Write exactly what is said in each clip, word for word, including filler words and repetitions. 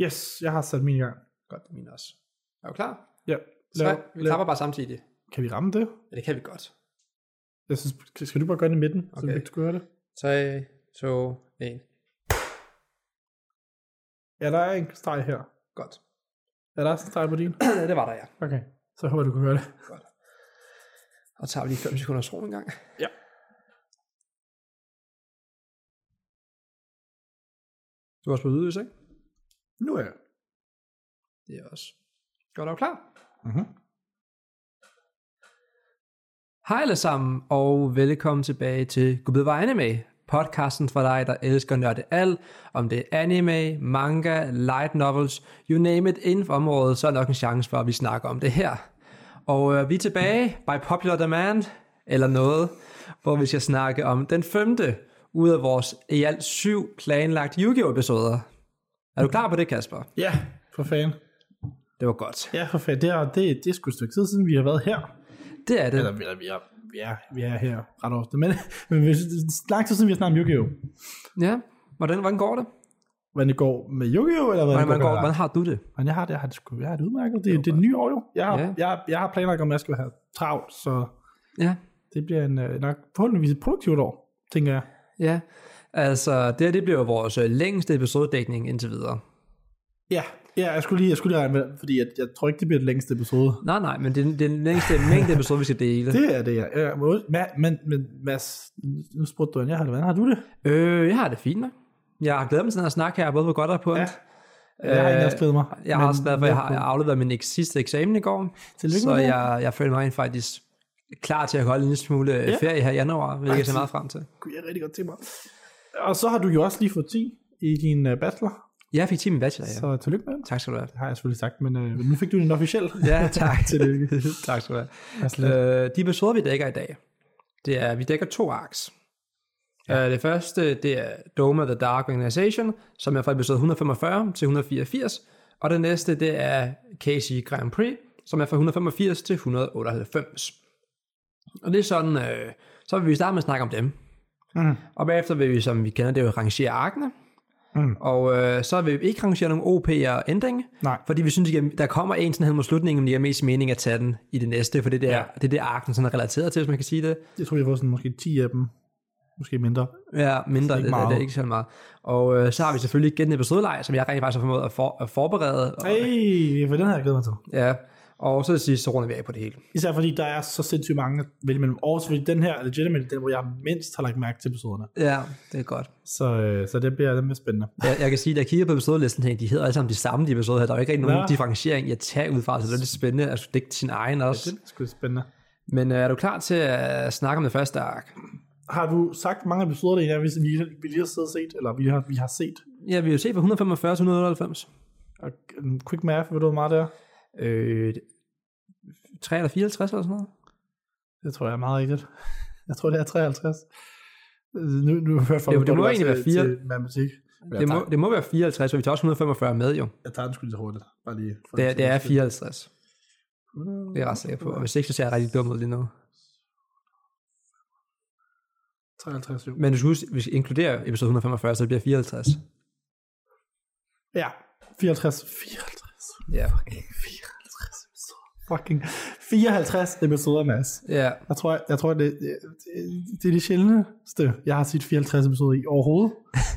Yes, jeg har sat min i gang. Godt, det er min også. Er du klar? Ja. Så Lav, vi klapper bare samtidig. Kan vi ramme det? Ja, det kan vi godt. Jeg synes, skal du bare gøre det i midten, okay. Så vi ikke skulle høre det? tre, to, et. Ja, der er en streg her. Godt. Er der også en streg på din? Det var der, ja. Okay, så håber du kan høre det. Godt. Og tager vi lige fem sekunders ro en gang. Ja. Du har også på lydløs, ikke? Nu er jeg. Det er også. Godt, er du klar? Mhm. Hej alle sammen, og velkommen tilbage til Gud var anime, podcasten for dig, der elsker nørde alt, om det er anime, manga, light novels, you name it, inden for området, så er nok en chance for, at vi snakker om det her. Og øh, vi er tilbage by popular demand, eller noget, hvor vi skal snakke om den femte ud af vores i alt syv planlagt Yu-Gi-Oh! Episoder. Er du klar på det, Kasper? Ja, for fanden. Det var godt. Ja, for fanden. Det er, det, det er sgu et stykke tid siden, vi har været her. Det er det. Eller, eller vi, er, vi, er, vi er her ret ofte. Men, men det er lang tid siden, vi har snakket om Yu-Gi-Oh! Ja, hvordan, hvordan går det? Hvordan det går med Yu-Gi-Oh! Eller hvordan, hvordan, det går, går, hvordan har du det? Men jeg har det, jeg har det, sgu, jeg har det udmærket. Det, det, det er et nye år jo. Jeg har, ja. jeg, jeg har planlagt, om jeg skal have travlt, så ja. Det bliver en, nok forholdsvis et produktivt år, tænker jeg. Ja, altså det her, det bliver vores længste episodedækning indtil videre. Ja. Ja, jeg skulle lige, jeg skulle lige regne med, fordi jeg, jeg tror ikke, det bliver det længste episode. Nej, nej, men det er den længste mængde episode, vi skal dele. Det er det, ja. ja men, men Mads, nu spurgte du, jeg har, hvordan har du det? Øh, jeg har det fint. Jeg har glædet mig til at snakke her, både på godt og på ondt. Ja, jeg har ikke også glædet mig. Jeg har også glædet for, jeg har afleveret min sidste eksamen i går. Tillykke så jeg, jeg føler mig faktisk klar til at holde en lille smule ja. ferie her i januar, hvilket jeg ser meget frem til. Gud, jeg er rigtig godt til mig. Og så har du jo også lige fået ti i din uh, bachelor. Jeg fik ti min bachelor, ja. Så tillykke med den. Tak skal du have. Det har jeg selvfølgelig sagt, men øh, nu fik du den officielt. Ja, tak. Tillykke. Tak skal du have. Øh, de episoder, vi dækker i dag, det er, vi dækker to arcs. Ja. Øh, det første, det er Doma The Dark Organization, som er fra episode et hundrede femogfyrre til et hundrede fireogfirs. Og det næste, det er K C Grand Prix, som er fra et hundrede femogfirs til et hundrede otteoghalvfems. Og det er sådan, øh, så vil vi starte med at snakke om dem. Mm. Og bagefter vil vi, som vi kender det, jo rangere arkene. Mm. Og øh, så vil vi ikke rangere nogle O P'er ending, Nej. Fordi vi synes, at der kommer en sådan her mod slutningen, men det er mest mening at tage den i det næste, for det der, ja. det er det arken sådan er relateret til, hvis man kan sige det. Jeg tror, jeg får sådan måske ti af dem, måske mindre. Ja, mindre, det, det, det er ikke så meget. Og øh, så har vi selvfølgelig igen en episodeleje, som jeg rent faktisk har formået at, for, at forberede. Hey, for den har jeg glædet mig til. Ja, og så det sidste, så runder vi af på det hele. Især fordi der er så sindssygt mange vælge mellem. Også fordi den her er legitimately den, hvor jeg mindst har lagt mærke til episoderne. Ja, det er godt. Så, øh, så det bliver, det bliver spændende. Jeg, jeg kan sige, at jeg kigger på episodlisten, tænker, de hedder alle sammen de samme de episoder her. Der er jo ikke rigtig nogen ja. differentiering i at tage ud fra, så det er lidt spændende at dække sin egen også. Ja, det er sgu spændende. Men øh, er du klar til at snakke om det første ark? Har du sagt mange episoder, der vi, vi, vi lige har siddet set, eller vi har, vi har set? Ja, vi har set fra et hundrede femogfyrre til et hundrede otteoghalvfems. Og quick math, ved du hvor meget det er? Øh, tre eller fireoghalvtreds eller sådan noget? Det tror jeg er meget rigtigt. Jeg tror, det er treoghalvtreds. Nu, nu har jeg hørt det, det må egentlig være fire. Til matematik. Det må, det må være fireoghalvtreds, for vi tager også et hundrede femogfyrre med jo. Jeg tager den sgu lige så hurtigt. Bare lige det, er, det er fireoghalvtreds. Det er jeg ret sikker på. Og hvis ikke, så ser jeg rigtig dum ud lige nu. treoghalvtreds, jo. Men du skal huske, hvis vi inkluderer episode et hundrede femogfyrre, så det bliver fireoghalvtreds. Ja, fireoghalvtreds. fireoghalvtreds. Ja. Fucking fireoghalvtreds episoder. Fucking fireoghalvtreds episoder, Mads. Ja. Jeg tror, jeg tror det, det, det, det er det sjældneste, jeg har set fireoghalvtreds episoder i overhovedet.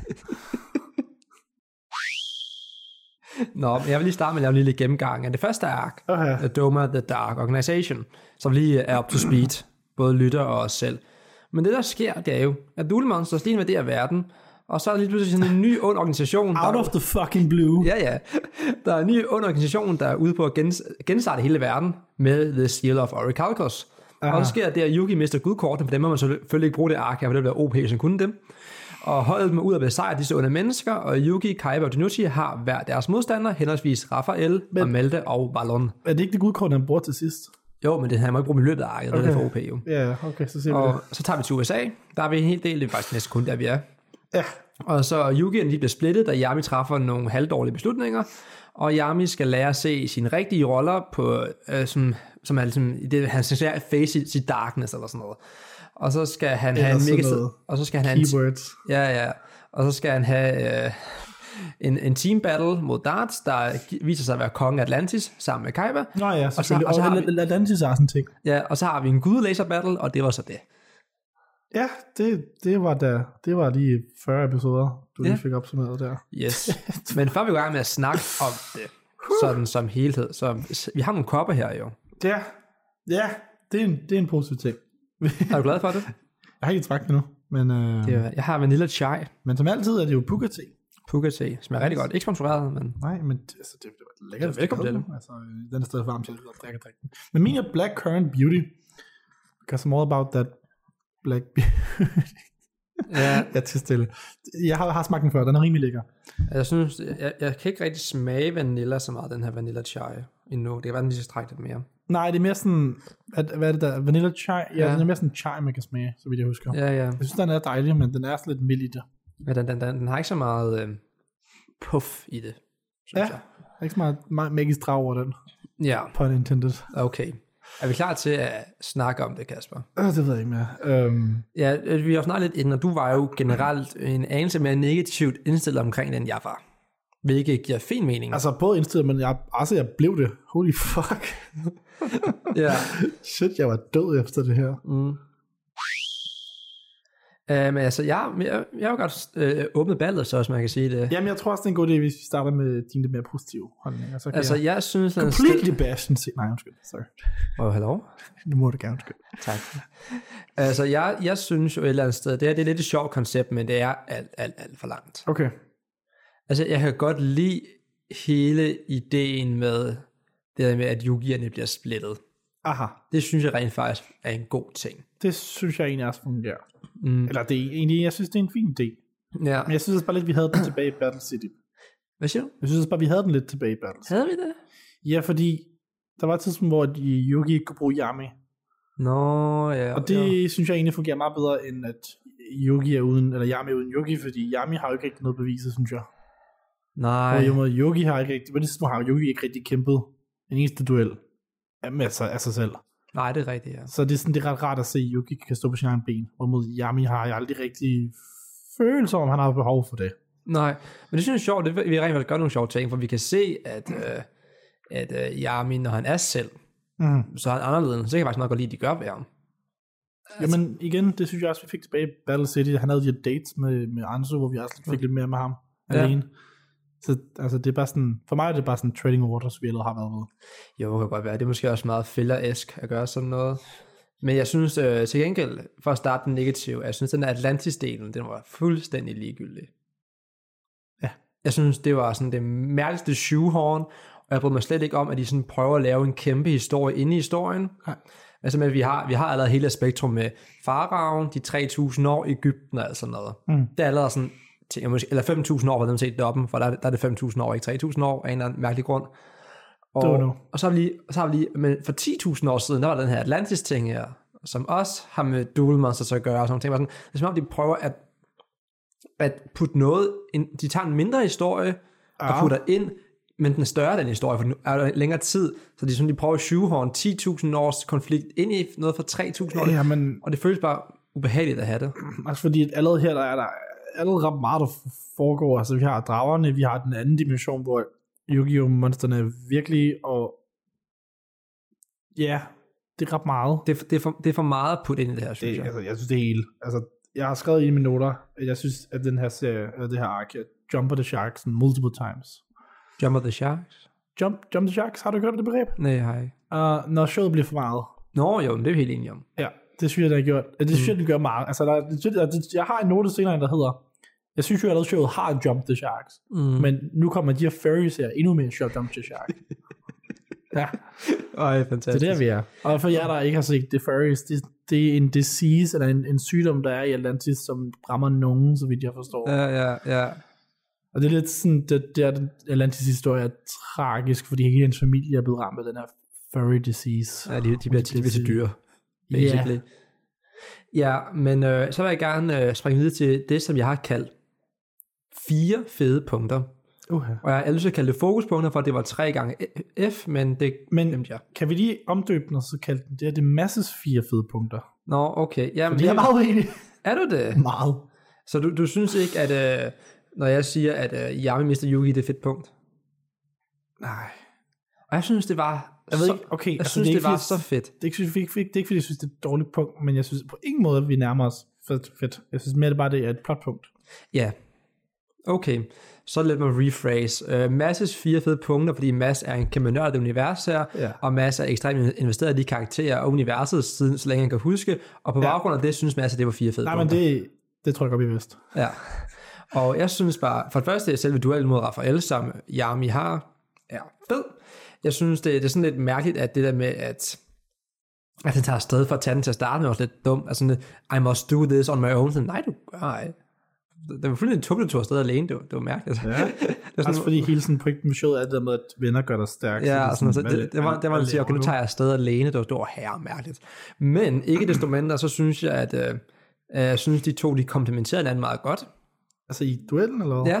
Nå, men jeg vil lige starte med at lave en lille gennemgang af det første ark. Okay. The Doma The Dark Organization, som lige er up to speed, både lytter og os selv. Men det der sker, det er jo, at Duel Monsters lige invaderer verden, og så er der lige pludselig sådan en ny ond organisation. Out der, of the fucking blue. Ja, ja. Der er en ny ond organisation, der er ude på at gens, genstarte hele verden med The Seal of Orichalcos. Og så sker det, at Yugi mister gudkortene, for dem må man selvfølgelig ikke bruge det ark her, for det bliver O P, som kunne dem. Og holdet dem ud at besejre disse onde mennesker, og Yugi, Kaiba og Danuchi har hver deres modstander, henholdsvis Raphael, men, og Malte og Vallon. Er det ikke det gudkort, han bruger til sidst? Jo, men det her må ikke bruge miljøet af arket, okay. Det er for O P jo. Ja, okay, så ser vi og det. Så tager vi til U S A, der er vi en hel del, det er faktisk næsten kun der vi er. Ja. Og så Yugi lige bliver splittet, da Yami træffer nogle halvdårlige beslutninger, og Yami skal lære at se sine rigtige roller på, øh, som, som er ligesom, i det, han skal face sit, sit darkness eller sådan noget. Og så skal han have en mega og så skal han have keywords. En, ja, ja. Og så skal han have øh, en, en team battle mod Darts, der viser sig at være kongen Atlantis, sammen med Kaiba. Nå ja, Og selvfølgelig. så, og så har og vi, Atlantis er sådan en ting. ja, og så har vi en gudlaser battle, og det var så det. Ja, det, det, var da, det var lige fyrre episoder, du Ja. lige fik opsummeret der. Yes. Men før vi går i gang med at snakke om det, sådan som helhed, så vi har nogle kopper her jo. Ja, ja det, er en, det er en positiv ting. Er du glad for det? Jeg har ikke smagt det nu, men, øh, det er, jeg har vanilla chai, men som altid er det jo puka te. puka te, smager rigtig godt. Ikke sponsoreret, men Nej, men det, altså, det, det var lækkert. Ja, velkommen til det. Altså, den er stadig varm til at drikke drikke den. Men min er Black Currant Beauty. Because I'm all about that Black Beauty. ja, Jeg er til stille. Jeg har, har smagt den før, den er rimelig lækker. jeg synes, jeg, jeg kan ikke rigtig smage vanilla så meget, den her vanilla chai endnu. Det kan være, den lige skal strække lidt mere. Nej, det er mere sådan, at, hvad er det der, vanilla chai? Ja, Ja. den er mere sådan chai, man kan smage, så vidt jeg husker. Ja, ja. Jeg synes, den er dejlig, men den er sådan lidt mild i det. Ja, den, den, den, den har ikke så meget øh, puff i det, synes Ja. jeg. Der er ikke så meget, meget magisk drag over den, Ja, pun intended. okay. Er vi klar til at snakke om det, Kasper? Øh, det ved jeg ikke mere. Um, Ja, øh, vi har snart lidt inden, og du var jo generelt en anelse mere negativt indstillet omkring den, jeg var. Hvilket giver fin mening. altså, både indstillet, men jeg, altså, jeg blev det. Holy fuck. ja. Shit, jeg var død efter det her. Mm. Uh, men altså, jeg, jeg, jeg har godt øh, åbnet ballet, så også man kan sige det. Jamen, jeg tror også, det er en god idé, hvis vi starter med dine lidt mere positive holdninger. Så kan Altså, jeg jeg synes... den completely bash den se. Nej, undskyld. Sorry. Åh, oh, hallo? Nu må du gerne undskyld. Tak. Altså, jeg, jeg synes jo et eller andet sted, det, her, det er lidt et sjovt koncept, men det er alt, alt, alt for langt. Okay. Altså, jeg kan godt lide hele ideen med det der med, at Yugierne bliver splittet. Aha. Det synes jeg rent faktisk er en god ting. Det synes jeg egentlig også fungerer. Mm. Eller det er egentlig, jeg synes, det er en fin idé. Ja. Men jeg synes også bare lidt, vi havde den tilbage i Battle City. Hvad siger du? Jeg synes også bare, vi havde den lidt tilbage i Battle City. Havde vi det? Ja, fordi der var et tidspunkt, hvor Yugi ikke kunne bruge Yami. Nå, ja. Og det ja. synes jeg egentlig fungerer meget bedre, end at Yugi er uden, eller Yami er uden Yugi, fordi Yami har jo ikke rigtig noget beviset, synes jeg. Nej. Og jo mod Yugi har ikke rigtig, på det tidspunkt har Yugi ikke rigtig kæmpet en eneste duel med sig, af sig selv. Nej, det er rigtigt, ja. Så det er sådan, det er ret rart at se, at Yugi kan stå på sin egen ben, hvorimod Yami har jeg aldrig rigtig følelse om, han har behov for det. Nej, men det synes jeg er sjovt, det, vi rent faktisk gør nogle sjove ting, for vi kan se, at, øh, at øh, Yami, når han er selv, Mm. så er han anderledes, så kan jeg faktisk meget godt lide, at de gør ved ham. Altså, jamen igen, det synes jeg også, vi fik tilbage i Battle City. Han havde de her dates med, med Anzu, hvor vi også fik lidt mere med ham Ja. alene. Så altså, det er bare sådan, for mig er det bare sådan trading orders, vi allerede har været med. Jo, det kan godt være. Det er måske også meget filler-esk at gøre sådan noget. Men jeg synes øh, til gengæld, for at starte den negative, jeg synes, den der Atlantis-delen, den var fuldstændig ligegyldig. Ja. Jeg synes, det var sådan det mærkeligste shoehorn, og jeg bryder mig slet ikke om, at de sådan prøver at lave en kæmpe historie inde i historien. Ja. Altså, men vi har, vi har allerede hele spektrum med Faraoen, de tre tusind år i Egypten og alt sådan noget. Mm. Det er allerede sådan, eller fem tusind år, for dem set deroppe, for der, der er det fem tusind år, ikke tre tusind år, af en eller anden mærkelig grund. Og, og så har vi lige, så har vi lige, men for ti tusind år siden, der var den her Atlantis-ting her, som også har med Duel Monsters at gøre, og sådan noget. Det er som om, de prøver at, at putte noget, ind, de tager en mindre historie, ja. og putter ind, men den er større den historie, for den er længere tid, så de, sådan, de prøver at shoehorn ti tusind års konflikt ind i noget for tre tusind år, ja, men, og det føles bare ubehageligt at have det. Altså fordi allerede her, der er der allerede ret meget, der foregår. Altså vi har dragerne, vi har den anden dimension, hvor Yu-Gi-Oh! Monsterne er virkelig, og ja, det er ret meget. Det er, det er, for, det er for meget at putte ind i det her, synes det, jeg. Altså, jeg synes det er hele. Altså, jeg har skrevet i mine noter, at jeg synes, at den her serie, eller det her ark, Jumper the Sharks multiple times. Jumper the Sharks? Jump, jump the Sharks, har du hørt det begreb? Nej, hej. Uh, når showet bliver for meget. Nå jo, men det er vi helt enige om. Ja, det synes jeg, det har gjort. Det synes jeg, det gør meget. Altså, der, det, jeg har en note senere, der hedder, jeg synes jo, at showet har Jump the Sharks. Mm. Men nu kommer de her furries her endnu mere show Jump the Shark. Ja. Ej, fantastisk. Det er der, vi er. Og for jer, der ikke har set The Furries, det, det er en disease, eller en, en sygdom, der er i Atlantis, som rammer nogen, så vidt jeg forstår. Ja, ja, ja. Og det er lidt sådan, det, det er den Atlantis historie er tragisk, fordi hele hans familie er blevet ramt af den her furry disease. Ja, de, de bliver til, til dyr, basically. Yeah. Ja, men øh, så vil jeg gerne øh, springe videre til det, som jeg har kaldt fire fede punkter. Uh-huh. Og jeg har lyst til at kalde det fokuspunkter, for det var tre gange F, men det men glemte jeg. Kan vi lige omdøbe den, og så kalde den, det er det masses fire fede punkter. Nå, okay. Jamen, fordi jeg er meget uenig. Er du det? Meget. Så du, du synes ikke, at øh, når jeg siger, at uh, Yami mister Yugi, det er et fedt punkt. Nej. Og jeg synes, det var jeg ved så, ikke, okay, jeg altså, synes, det, det, det var fordi, så fedt. Det er, ikke, det, er ikke, det er ikke, fordi jeg synes, det er et dårligt punkt, men jeg synes på ingen måde, at vi nærmer os fedt. fedt. Jeg synes mere, det bare det er et plotpunkt. Ja, okay. Så lad mig rephrase. Uh, Masses fire fede punkter, fordi Mads er en kæmpe nørd af det univers her, ja. Og Mads er ekstremt investeret i de karakterer og universet, siden, så længe han kan huske, og på baggrund af det, synes Mads, at det var fire fede Nej, punkter. Nej, men det, det tror jeg godt, vi vidste. Ja, og jeg synes bare, for det første, selve duel mod Raphael, som Yami har, er fed. Jeg synes, det, det er sådan lidt mærkeligt, at det der med, at at han tager afsted for at tage den til at starte med, også lidt dumt. Altså sådan, I must do this on my own. Sådan, nej, du gør ej. Det var fuldstændig tublet tur afsted alene. Det var, det var mærkeligt. Ja. det var sådan, også fordi hele sådan pointen med showet er det der med, at venner gør dig stærk. Ja, sådan, sådan, det, det, det, var, det var, man siger, okay, nu tager jeg afsted alene. Det var, det var herre mærkeligt. Men ikke desto mindre, så synes jeg, at øh, jeg synes, de to, de komplementerer hinanden meget godt. Altså i duellen, eller hvad? Ja.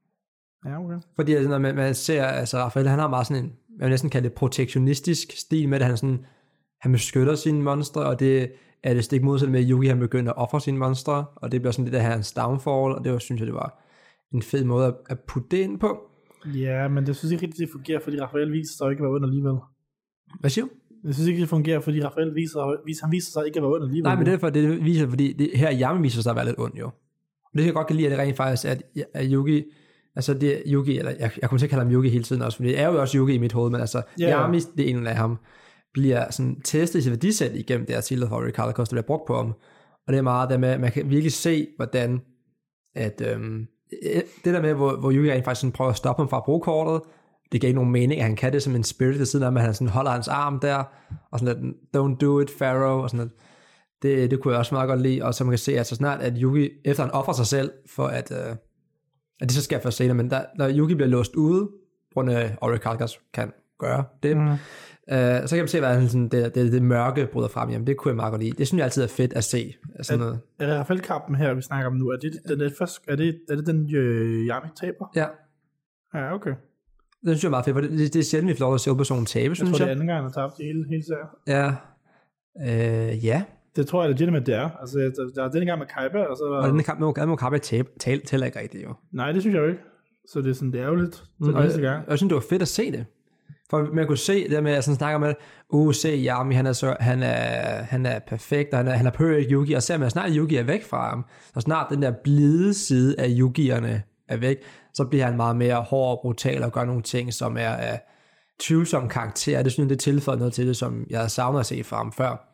Ja, okay. Fordi altså, når man, man ser, altså Raphael, han har meget sådan en, jeg vil næsten kalde det protektionistisk stil med det. Han er sådan, han beskytter sine monstre, og det er det stik modsat med, at Yugi han begynder at ofre sine monstre, og det bliver sådan lidt af hans downfall, og det var, synes jeg, det var en fed måde at, at putte det ind på. Ja, men det synes ikke rigtig, det fungerer, fordi Raphael viser sig ikke at være ond alligevel. Hvad siger du? Jeg synes ikke, det fungerer, fordi Raphael viser, viser, han viser sig ikke at være ond alligevel. Nej, men det er for, det viser, fordi det, her Yami viser sig at være lidt ond, jo. Og det kan jeg godt kan lide, at det rent faktisk er, at, at Yugi, altså det er Yugi, eller jeg, jeg kommer til at kalde ham Yugi hele tiden også, fordi det er jo også Yugi i mit hoved, men altså yeah. Yami, det er en af ham, bliver sådan testet i sit værdisæt igennem det her Seal of Oricalicos, der bliver brugt på ham. Og det er meget der med, at man kan virkelig se, hvordan at, øhm, det der med, hvor, hvor Yugi rent faktisk sådan prøver at stoppe ham fra at bruge kortet, det giver ikke nogen mening, at han kan det som en spirit ved siden af, at han sådan holder hans arm der, og sådan lidt, don't do it, Pharaoh, og sådan lidt. Det, det kunne jeg også meget godt lide, og så man kan se, at så snart, at Yugi, efter han offrer sig selv, for at, øh, at det så sker først senere, men der, når Yugi bliver låst ude, på grund af Oricalicos kan gøre det, mm. Uh, så kan man se, hvad sådan, det, det, det mørke bryder frem. Jamen, det kunne jeg meget godt lide. Det synes jeg altid er fedt at se. Sådan noget. Er, er Raphael-kampen her, vi snakker om nu, er det den, er det først, er det, er det den øh, Yami taber? Ja. Ja, okay. Det synes jeg er meget fedt, for det, det, det er sjældent, vi får lov at se personen tabe, synes jeg. Jeg tror, det er anden gang, han har tabt det hele, hele serien. Ja. Uh, ja. Det tror jeg legitimt, det er. Altså, der, der er denne gang med Kaiba, og så er der... Og denne kamp med, med Kaiba tabe, tal, tæller ikke rigtigt, jo. Nej, det synes jeg jo ikke. Så det er sådan, det er ærgerligt. Det er mm, næste gang. Jeg, jeg synes, det var fedt at se det. For man kunne se det med, at jeg snakker med, uh, se Yami, han er, så, han er, han er perfekt, og han er, han er perfect Yugi, og ser man, at snart Yugi er væk fra ham, og snart den der blide side af Yugierne er væk, så bliver han meget mere hård og brutal, og gør nogle ting, som er af tvivlsom karakter. Det synes jeg, det tilføjer noget til det, som jeg havde savnet at se fra ham før.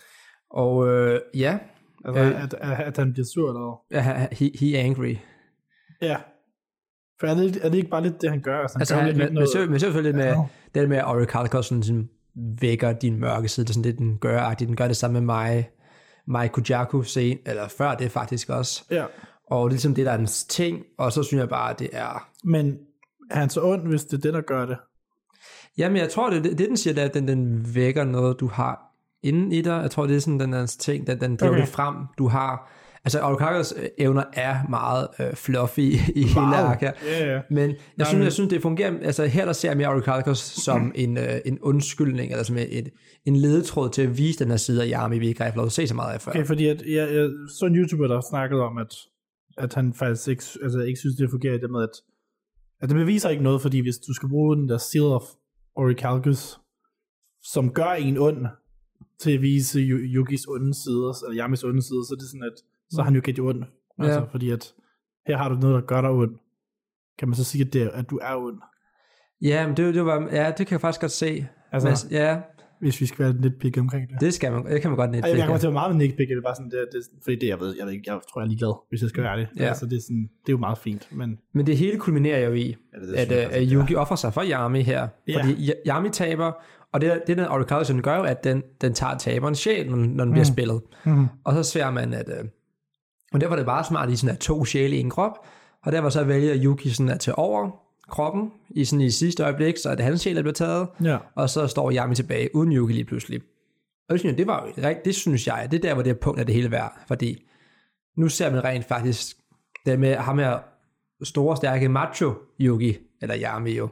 Og øh, ja. Altså, øh, at, at, at han bliver sur, eller hvad? Ja, he, he angry. Ja. For er det, er det ikke bare lidt det, han gør? Altså, han altså, gør han, lidt men, noget... men, men selvfølgelig med, ja. Det med Oricalicos sådan, sådan vækker din mørke side, det er sådan det, den gør, den gør det samme med mig, Mai Kujaku scene, eller før det faktisk også. Ja. Og det er ligesom det, der er en ting, og så synes jeg bare, at det er... Men er han så ond, hvis det er det, der gør det? Jamen, jeg tror, det, det, det den siger, det er, at den, den vækker noget, du har inden i dig. Jeg tror, det er sådan den der ting, den, den driver okay. det frem, du har... Altså, Oricalicos evner er meget øh, fluffy i wow. hele Arca. Yeah, yeah. Men jeg Nej, synes, men... jeg synes, det fungerer... Altså, her der ser jeg mere Oricalicos som en, øh, en undskyldning, eller som et, en ledetråd til at vise den her side af Yami, vi ikke har fået lov at se så meget af før. Okay, fordi at, jeg, jeg så en YouTuber, der snakkede om, at, at han faktisk ikke, altså, ikke synes, det fungerer det med, at, at det beviser ikke noget, fordi hvis du skal bruge den der Seal of Oricalicos, som gør en ond, til at vise Yugis onde sider, eller Yamis onde sider, så er det sådan, at så har han jo gæt jo ond. Altså, ja. Fordi at her har du noget, der gør dig ond. Kan man så sige, at, det, at du er ond? Ja, men det, det var, ja, det kan jeg faktisk godt se. Altså, men, ja. Hvis vi skal være lidt pick omkring det. Det skal man, det kan man godt nitpick. Jeg kommer til at være meget med nitpick, det er bare sådan, det, det, fordi det, jeg ved, jeg ved ikke, jeg tror, jeg er ligeglad, hvis jeg skal være det. Ja. Altså, det er sådan, det er jo meget fint, men... Men det hele kulminerer jo i, ja, det, det, at, at, at Yugi offer sig for Yami her. Ja. Fordi Yami taber, og det, det den Oricalicos gør jo, at den, den tager taberens sjæl, når, når den mm. bliver spillet. Mm. Og så ser man, at... Og der var det bare smart, at de sådan er to sjæle i en krop, og der var så at vælge, at Yugi sådan er til over kroppen, i sådan i sidste øjeblik, så at hans sjæl er blevet taget, ja. Og så står Yami tilbage, uden Yugi lige pludselig. Og det synes jeg, det var jo det synes jeg, det er der, hvor det er punkt af det hele værd, fordi nu ser man rent faktisk, det med ham her store, stærke macho Yugi, eller Yami jo,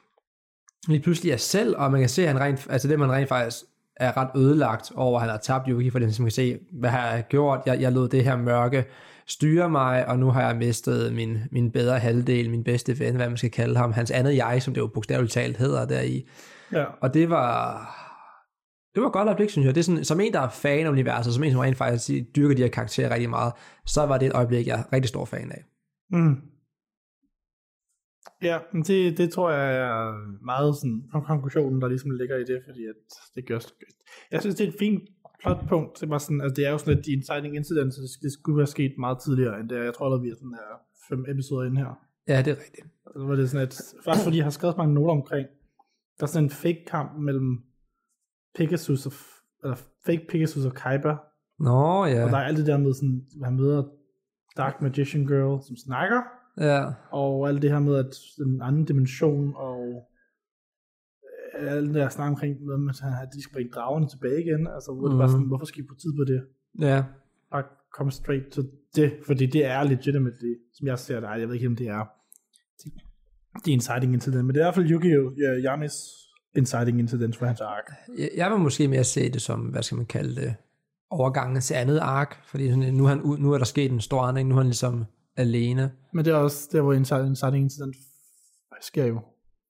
lige pludselig er selv, og man kan se, at han rent, altså det man rent faktisk er ret ødelagt over, at han har tabt Yugi, for det man kan se, hvad har jeg gjort, jeg, jeg lod det her mørke styrer mig, og nu har jeg mistet min, min bedre halvdel, min bedste ven, hvad man skal kalde ham, hans andet jeg, som det jo bogstaveligt talt hedder deri. Ja. Og det var, det var godt øjeblik, synes jeg. Det er sådan, som en, der er fan af universet, som en, som rent faktisk dyrker de her karakterer rigtig meget, så var det et øjeblik, jeg er rigtig stor fan af. Mm. Ja, men det, det tror jeg er meget sådan konklusionen, der ligesom ligger i det, fordi at det gør jeg synes, det er et fint plotpunkt. Det var sådan, altså det er jo sådan lidt de inciting incidents, så det skulle have sket meget tidligere end det. Jeg tror, der vi er sådan her fem episoder inde her. Ja, det er rigtigt. Så var det sådan et, faktisk fordi jeg har skrevet så mange noter omkring, der er sådan en fake kamp mellem Pegasus og, eller fake Pegasus og Kaiba. Nå, ja. Og der er alt det der med sådan, han møder Dark Magician Girl, som snakker. Ja. Og alt det her med, at den anden dimension, og alt det der snak omkring, at de skal bringe dragerne tilbage igen. Altså, hvor mm. det bare sådan, hvorfor skal I bruge tid på det? Ja. Bare komme straight to det, fordi det er legitimately, som jeg ser det. Jeg ved ikke, om det er det er inciting incident, men det er i hvert fald Yu-Gi-Oh! Yamis inciting incident for hans ark. Jeg, jeg vil måske mere se det som, hvad skal man kalde det, overgangen til andet ark, fordi sådan, nu, han, nu er der sket en stor ændring, nu er han ligesom alene. Men det er også der, hvor inciting incident sker jo.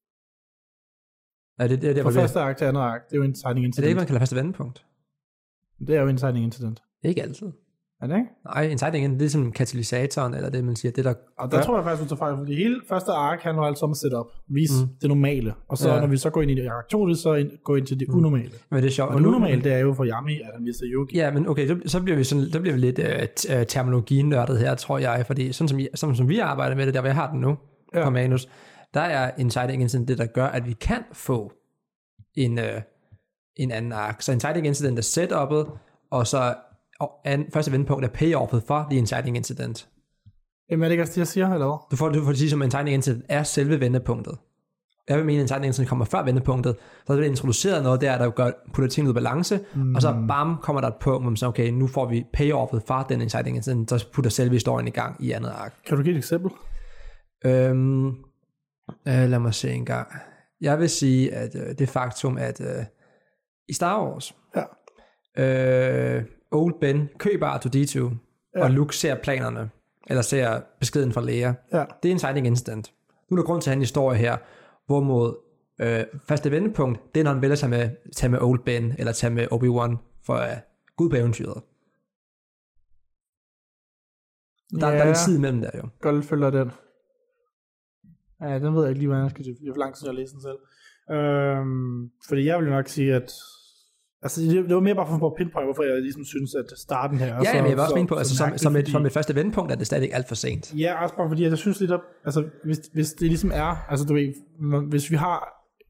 Ja, det, det, det, fra første ark til andet ark, det er jo inciting incident. Er det ikke, man kalder første vendepunkt? Det er jo inciting incident. Ikke altid. Er det ikke? Nej, inciting incident, det er som katalysatoren, eller det man siger, det der... Og der gør... tror jeg faktisk, at du tager fejl, fordi hele første ark handler altså om at sætte op, vise mm. det normale, og så ja. Når vi så går ind i det ark to, så ind, går ind til det mm. unormale. Men det er sjovt. Og det unormale, det er jo for Yami, at han mister Yugi. Ja, men okay, så, så bliver vi sådan, der bliver vi lidt uh, terminologinørdet her, tror jeg, fordi sådan som, sådan som vi arbejder med det, der hvor jeg har den nu, ja. På manus, der er inciting incident det, der gør, at vi kan få en, uh, en anden ark. Så inciting incident er setup'et, og så og an, første vendepunkt er payoffet for the inciting incident. Jamen er det ikke også det, jeg siger, eller hvad? Du får, du får det sige, som inciting incident er selve vendepunktet. Jeg vil mene, at inciting incident kommer før vendepunktet, så er det introduceret noget der, der gør, putter ting ud af balance, mm. og så bam, kommer der et punkt, hvor man siger, okay, nu får vi payoffet for den inciting incident, så putter selve historien i gang i andet ark. Kan du give et eksempel? Øhm, øh, lad mig se en gang. Jeg vil sige, at øh, det faktum, at øh, i Star Wars, ja. øh, Old Ben køber R to D to, ja. Og Luke ser planerne, eller ser beskeden fra Leia. Ja. Det er inciting incident. Nu er der grund til at have en historie her, hvor mod øh, første vendepunkt, det er, når han vælger sig med, tage med Old Ben, eller tage med Obi-Wan, for at uh, gå ud på eventyret. Der, ja. Der er en tid imellem der jo. Godt følger den. Ja, den ved jeg ikke lige, hvordan jeg skal sige. Det er for lang tid, jeg læser den selv. Øhm, fordi jeg vil jo nok sige, at altså, det, det var mere bare for at pinpoint, hvorfor jeg ligesom synes, at starten her... Ja, så, jamen, jeg vil også mene på, altså, som, som, et, som et første vendepunkt, er det stadig alt for sent. Ja, også bare fordi, jeg synes lidt, at altså, hvis, hvis det ligesom er... Altså, du ved, hvis vi har...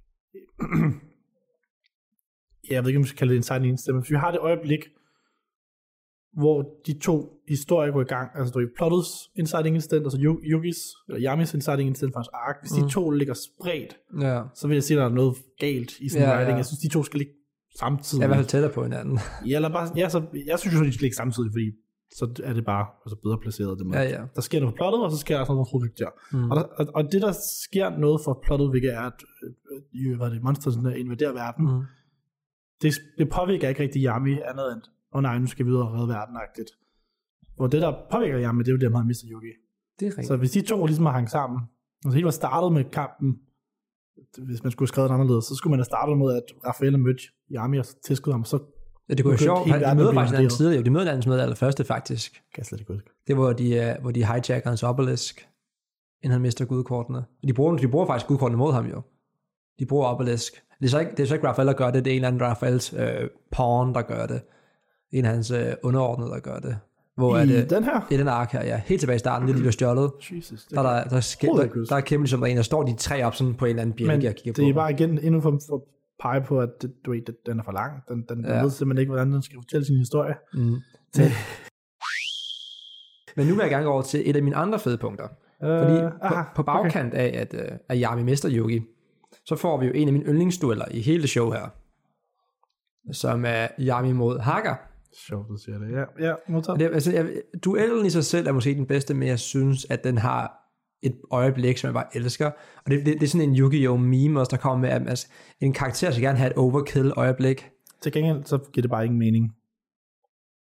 ja, jeg ved ikke, om vi skal kalde det inciting incident, men hvis vi har det øjeblik, hvor de to historier går i gang, altså du ved, plottets inciting incident, altså Yugis, eller Yamis inciting incident for hans ark, hvis mm. de to ligger spredt, ja. Så vil jeg sige, at der er noget galt i sådan en ja, writing. Ja. Jeg synes, de to skal ligge samtidig. Jeg er i hvert fald tættere på hinanden. Ja, eller bare, ja, så, jeg synes jo, de skal ligge samtidig, fordi så er det bare altså bedre placeret. Det ja, ja. Der sker noget for plottet, og så sker der sådan noget hovedvægt der. Mm. Og, der og, og det, der sker noget for plottet, hvilket er, at øh, hvad er det, monster invaderer verden, mm. det, det påvirker ikke rigtig Yami andet end, åh oh, nej, nu skal vi ud og redde verden-agtigt. Hvor det, der påvirker Yami, det er jo det, man mister Yugi. Det er rigtigt. Så hvis de to ligesom har hængt sammen, og så hele var startet med kampen, hvis man skulle have skrevet den anderledes, så skulle man have startet med, at Raphael mødte Yami og tæskede ham, så ja, det kunne være sjovt. De møder faktisk den anden side, jo. De møder den anden side allerførste, faktisk. Kan jeg slet ikke huske. Det var, de, hvor de hijacker hans obelisk, inden han mister gudkortene. De bruger, de bruger faktisk gudkortene mod ham, jo. De bruger obelisk. Det er så ikke, det er så ikke Raphael, der gør det. Det er en eller anden Raphaels øh, pawn, der gør det. En af hans øh, underordnede, der gør det. Hvor I er det, den her? I den ark her, ja. Helt tilbage i starten, det de bliver stjålet. Jesus, der, der, der, der, der, der er kæmpe ligesom en, der står de tre op sådan på en eller anden bjælke, jeg kigger på. Men det er bare igen endnu for, for pege på, at det, du ved, den er for lang. Den, den, ja. den ved simpelthen ikke, hvordan den skal fortælle sin historie. Mm. Det. Men nu vil jeg gerne gå over til et af mine andre fede punkter. Øh, Fordi aha, på, på bagkant okay. af, at, uh, at Yami mister Yugi, så får vi jo en af mine yndlingsdueller i hele det show her, som er Yami mod Haga. Sjovt, du siger det. Ja, ja modtaget. Det, altså, jeg, duellen i sig selv er måske den bedste, men jeg synes, at den har et øjeblik, som jeg bare elsker. Og det, det, det er sådan en Yu-Gi-Oh! Meme også, der kommer med, at altså, en karakter skal gerne have et overkill øjeblik. Til gengæld, så giver det bare ingen mening.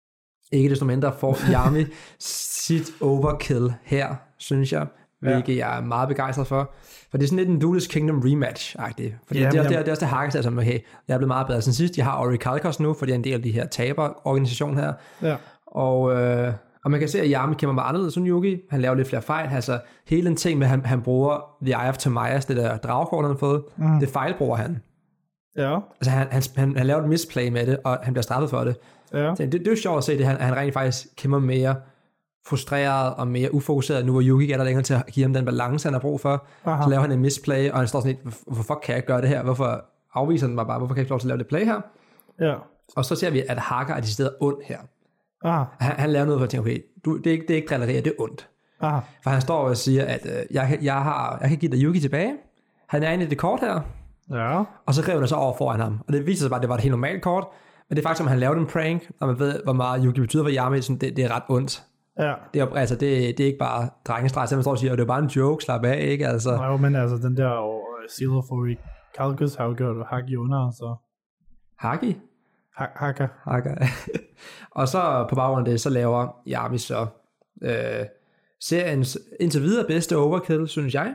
Ikke desto mindre får Yami sit overkill her, synes jeg, hvilket ja. jeg er meget begejstret for. For det er sådan lidt en Duelist Kingdom rematch-agtigt. Fordi ja, det, er, det, er, det er også det hakkes, altså, okay, jeg er blevet meget bedre siden sidst. Jeg har Orichalcos nu, fordi jeg er en del af de her taber-organisation her. Ja. Og, øh, og man kan se, at Yami kæmper meget anderledes end Yugi. Han laver lidt flere fejl. Altså, hele den ting med, at han, han bruger The Eye of Timaeus, det der dragekort, han har fået, mm. det fejlbruger han. Ja. Altså, han, han, han, han laver et misplay med det, og han bliver straffet for det. Ja. Det, det er jo sjovt at se, det han, han rent faktisk kæmper mere frustreret og mere ufokuseret, nu hvor Yugi ikke er der længere til at give ham den balance, han har brug for. Aha. Så laver han en misplay, og han står sådan lidt, hvorfor fuck kan jeg gøre det her? Hvorfor afviser han mig bare? Hvorfor kan jeg ikke lov til at lave det play her? Ja. Og så ser vi, at Hakker er de steder ond her. Han, han laver noget for at tænke, okay, du, det, er ikke, det er ikke drillerier, det er ondt. Aha. For han står og siger, at øh, jeg, jeg, har, jeg kan give dig Yugi tilbage. Han er inde i det kort her. Ja. Og så river han så over foran ham. Og det viser sig bare, at det var et helt normalt kort. Men det er faktisk, om han lavede en prank, og man ved, hvor meget Yugi betyder for Yami, sådan, det, det er ret ondt. Ja. Det er, altså, det, det er ikke bare drengestreg, så man står og siger, det er bare en joke, slap af, ikke? Altså. Nej, men altså, den der uh, Silver for Calcus har jo gjort Haki under, så... Haki? Ha- Haka. Haka. Og så på baggrund af det, så laver Yami så øh, seriens indtil videre bedste overkill, synes jeg.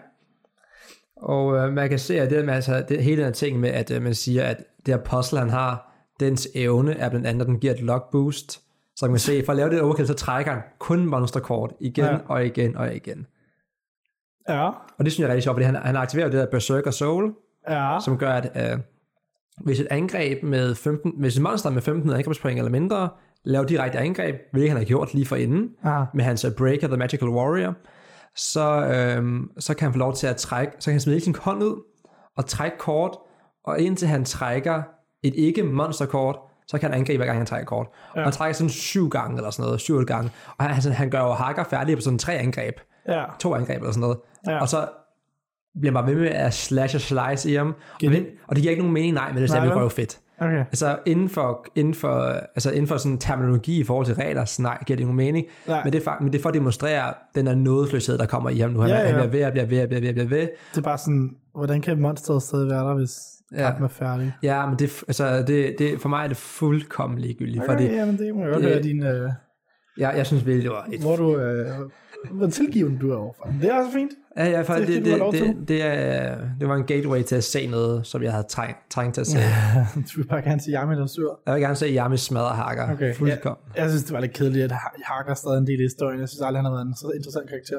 Og øh, man kan se, at det med, altså, det, hele den ting med, at øh, man siger, at det her puzzle, han har, dens evne er blandt andet, at den giver et luck boost. Så kan man se, for at lave det overkill, så trækker han kun monsterkort igen ja. og igen og igen. Ja. Og det synes jeg er rigtig sjovt, fordi han, han aktiverer det der Berserker Soul, ja. som gør, at øh, hvis et angreb med femten, hvis et monster med femten angrebspoint eller mindre, laver direkte angreb, hvilket han har gjort lige for inden, ja. med hans uh, Breaker, The Magical Warrior, så, øh, så kan han få lov til at trække, så kan han smide sin hånd ud, og trække kort, og indtil han trækker et ikke-monsterkort, så kan han angribe hver gang han trækker kort. Ja. Og han trækker sådan syv gange eller sådan noget, syv otte gange. Og han, han gør jo Hakker færdig på sådan tre angreb. Ja. To angreb eller sådan noget. Ja. Og så bliver man ved med at slash og slice i ham. Og det, og det giver ikke nogen mening, nej, men det er stadig røv fedt. Okay. Altså inden for, inden for, altså inden for sådan terminologi i forhold til regler, så nej, giver det nogen mening. Men det, er, men det er for at demonstrere den der nådesløshed, der kommer i ham nu. Han, ja, ja. han bliver ved, og bliver ved, og bliver ved, og bliver ved. Det er bare sådan, hvordan kan monsteret stadig være der, hvis ja. kampen er færdig? Ja, men det, altså, det, det, for mig er det fuldkommen ligegyldigt. Okay, fordi, ja, men det må jeg godt høre din... Øh, ja, jeg synes virkelig, det var et... Hvor du... Øh, hvor tilgivende du er overfor. Det er også fint. Ja, ja, for det, det, det, det, det, er, det var en gateway til at se noget, som jeg havde trængt, trængt til at se. Du vil bare gerne se Yami, der er sur. Jeg vil gerne se Yami smadre Hakker. Okay. Jeg, jeg synes, det var lidt kedeligt, at Hakker er stadig en del af historien. Jeg synes aldrig, han har været en så interessant karakter.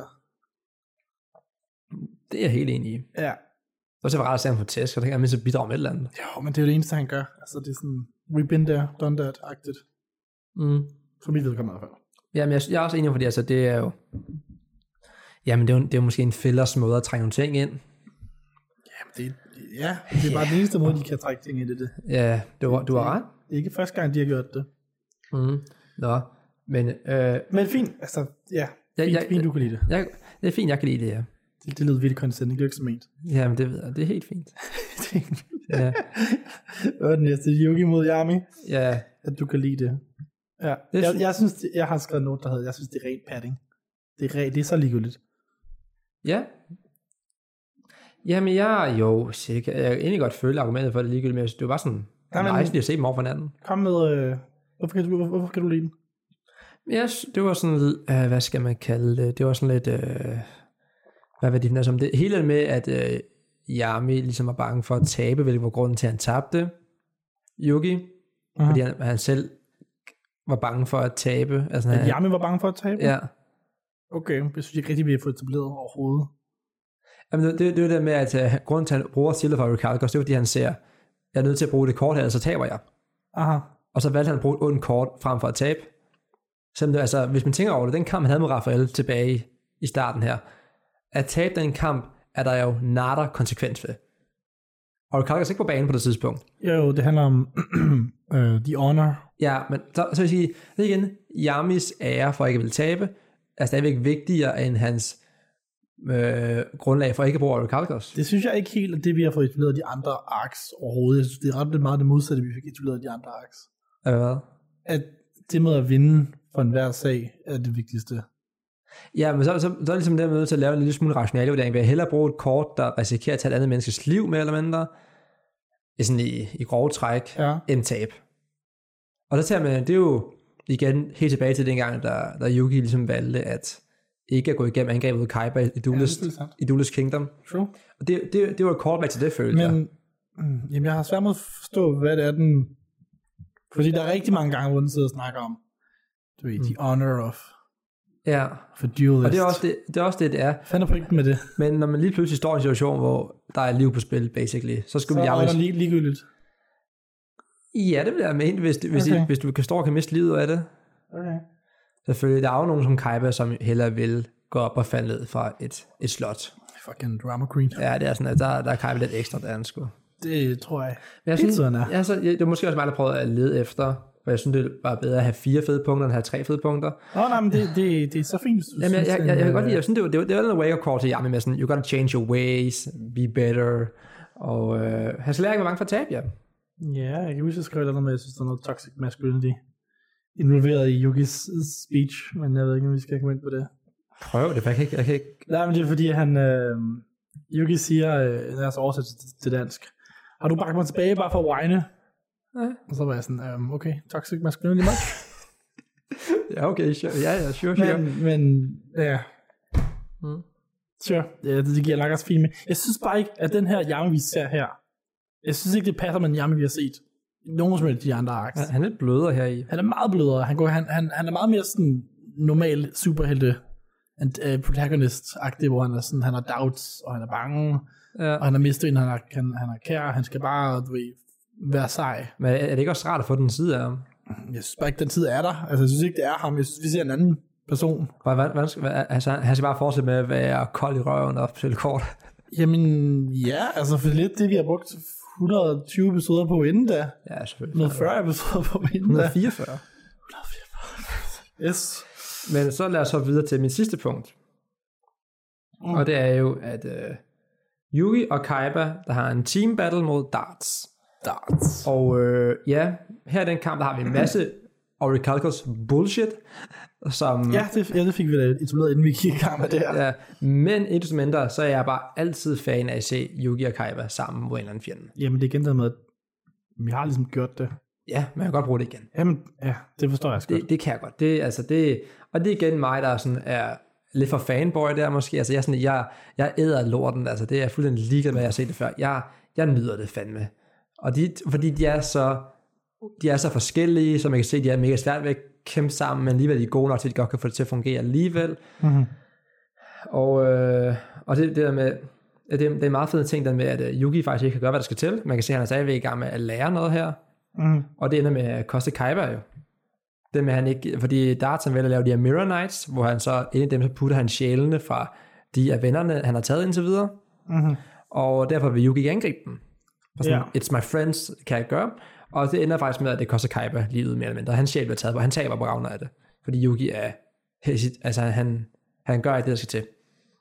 Det er jeg helt enig i. Ja. Og så var det rart at se ham på tæsk, og det kan han mindst bidrage med et eller andet. Jo, men det er jo det eneste, han gør. Altså, det er sådan, we've been there, done that-agtigt. Mm. For mit vedkommende i hvert fald. Jamen, jeg, jeg er også enig, fordi altså, det er jo... Jamen, det er jo, det er jo måske en fællers måde at trænge nogle ting ind. Jamen, det, ja, det er bare den eneste måde, de kan trække ting ind i det. Ja, du, du har ret. Det er ikke første gang, de har gjort det. Mm. Nå, men... Øh, men fint, altså, ja. Fint, jeg, fint du kan lide det. Jeg, det er fint, jeg kan lide det, ja. Det, det lyder virkelig konstant, det er ikke så ment. Jamen, det ved jeg, det er helt fint. det er helt fint. Ja. Hvad er den næste? Yugi mod Yami? Ja. At du kan lide det. Ja, det jeg, jeg synes, det, jeg har skrevet noget, der hedder, jeg synes, det er rent padding. Det er, det er så ligegyldigt. Ja. Jamen, jeg jo, jeg kan egentlig godt føle argumentet for det ligegyldigt, men det var bare sådan, nej, nice lige at se dem over for hinanden. Kom med, øh, hvorfor, kan du, hvorfor kan du lide den? Ja, det var sådan, øh, hvad skal man kalde det, det var sådan lidt, øh, hvad var det, som det hele med, at øh, Yami ligesom var bange for at tabe, hvilket var grunden til, at han tabte Yugi, uh-huh. fordi han, han selv var bange for at tabe. Altså, at han, Yami var bange for at tabe? Ja. Okay, jeg synes ikke rigtig, vi har fået etableret overhovedet. Jamen, det, det, det er det med, at uh, grunden til, at han bruger Silver for Orichalcos, det er fordi, han ser, jeg er nødt til at bruge det kort her, så taber jeg. Aha. Og så valgte han at bruge et ondt kort, frem for at tabe. Så det, altså, hvis man tænker over det, den kamp, han havde med Raphael tilbage i starten her, at tabe den kamp, er der jo nada konsekvens ved. Orichalcos ikke på banen på det tidspunkt. Jo, det handler om uh, The Honor. Ja, men så, så vil jeg sige, det igen, Yamis ære for ikke at ville tabe, er stadigvæk vigtigere end hans øh, grundlag for ikke at bruge Orichalcos. Det synes jeg ikke helt, at det vi har fået etableret de andre arcs overhovedet. Jeg synes, det er ret meget det modsatte, vi fik etableret de andre arcs. Ja, hvad? At det med at vinde for enhver sag er det vigtigste. Ja, men så, så, så er det ligesom det med til at lave en lille smule rationale vurdering. Vil jeg hellere bruge et kort, der risikerer at tage et andet menneskes liv med eller mindre, sådan i, i grove træk, ja. end tab. Og så tager man, det er jo, igen, helt tilbage til dengang, der, der Yugi ligesom valgte at ikke at gå igennem angrebet mod Kaiba i Duelist, ja, i Duelist Kingdom. True. Og det, det, det var et callback til det, følte jeg. Men jamen, jeg har svært med at forstå, hvad det er den... Fordi der er rigtig mange gange, hvor den sidder og snakker om, du ved, mm. the honor of... Ja, for Duelist. Og det er også det, det er. Også det, det er. Fanden på med det. Men når man lige pludselig står i en situation, hvor der er liv på spil, basically, så skulle så man... Så er der lige, ligegyldigt. Ja, det vil jeg mene, hvis, hvis, okay. hvis du kan stå og kan miste livet af det. Okay. Selvfølgelig, der er jo nogen som Kaiba, som hellere vil gå op og falde ned fra et, et slot. Fucking drama queen. Ja, det er sådan, at der, der er Kaiba lidt ekstra, der er sgu. Det tror jeg. Men jeg synes, sådan er. Jeg, så, jeg, det er måske også mig, der prøvede at lede efter, for jeg synes, det var bedre at have fire fede punkter, end at have tre fede punkter. Åh, oh, nej, men det, det, det er så fint. Jamen, jeg, jeg, jeg, jeg kan godt lide, jeg synes, det var, det var, det var en wake-up call til Yami med sådan, you gotta change your ways, be better, og øh, han skal lære ikke, hvor mange for tab, ja. Ja, jeg kan huske, at jeg skrev noget med, at jeg synes, der er noget toxic masculinity involveret i Yugis speech, men jeg ved ikke, om vi skal komme ind på det. Prøv det, for jeg kan ikke... Jeg kan ikke... Nej, men det er fordi, han... Øh, Yugi siger, øh, lad os oversætte til, til dansk, har du bakket mig tilbage bare for at whine? Ja. Og så var jeg sådan, um, okay, toxic masculinity much. Ja, okay, sure. Ja, ja, sure, sure. Men, men ja. Mm. Sure, ja, det, det giver nok også fint med. Jeg synes bare ikke, at den her Yami, vi ser her, jeg synes ikke, det passer med den Yami, vi har set. Nogen som helst de andre arcs. Ja, han er lidt blødere her i. Han er meget blødere. Han, går, han, han, han er meget mere sådan normal superhelte uh, protagonist-agtig, hvor han er sådan, han har doubts, og han er bange, ja. Og han har mistet en, han er, han, han er kær, han skal bare, du ved, være sej. Men er det ikke også rart at få den side af ham? Jeg synes bare ikke, den tid er der. Altså, jeg synes ikke, det er ham. Jeg synes, vi ser en anden person. Hvad, hvad, hvad, altså, han skal bare fortsætte med at være kold i røven og spille kort. Jamen, ja, altså for lidt det, vi har brugt et hundrede og tyve episoder på inden da. Ja, selvfølgelig. et hundrede og fyrre episoder på inden da. et hundrede og fireogfyrre. et hundrede og fireogfyrre. Yes. Men så lad os så videre til min sidste punkt. Mm. Og det er jo, at uh, Yugi og Kaiba, der har en team battle mod Darts. Darts. Og uh, ja, her i den kamp, der har vi en masse Orichalcos bullshit, som... Ja, det, ja, det fik vi da etableret, inden vi gik i gang med det her. Ja, men ikke så mindre, så er jeg bare altid fan af at se Yugi og Kaiba sammen mod en eller anden fjende. Jamen, det er igen der med, at vi har ligesom gjort det. Ja, men jeg kan godt bruge det igen. Jamen, ja, det forstår jeg godt. Det, det kan jeg godt. Det, altså, det, og det er igen mig, der sådan er lidt for fanboy der måske. Altså, jeg, sådan, jeg, jeg æder lorten, altså, det er fuldstændig ligeglad med, at jeg har set det før. Jeg, jeg nyder det fandme. Og de, fordi de er så... De er så forskellige, så man kan se, at de er mega svært ved at kæmpe sammen, men alligevel de er gode nok til, at de godt kan få det til at fungere alligevel. Mm-hmm. Og, øh, og det, det der med, det, det er en meget fed ting, der med, at Yugi faktisk ikke kan gøre, hvad der skal til. Man kan se, at han er stadigvæk i gang med at lære noget her. Mm-hmm. Og det ender med at koste Kaiba jo. Det med, han ikke, fordi Darts han vælger at lave de her Mirror Knights, hvor han så, inden dem, så putter han sjælene fra de af vennerne, han har taget indtil videre. Mm-hmm. Og derfor vil Yugi angribe dem. Sådan, yeah. It's my friends, kan jeg gøre. Og det ender faktisk med, at det koster Kaiba livet mere eller mindre. Hans sjæl bliver taget på, han taber på grund af det. Fordi Yugi er, altså han, han gør ikke det, der skal til.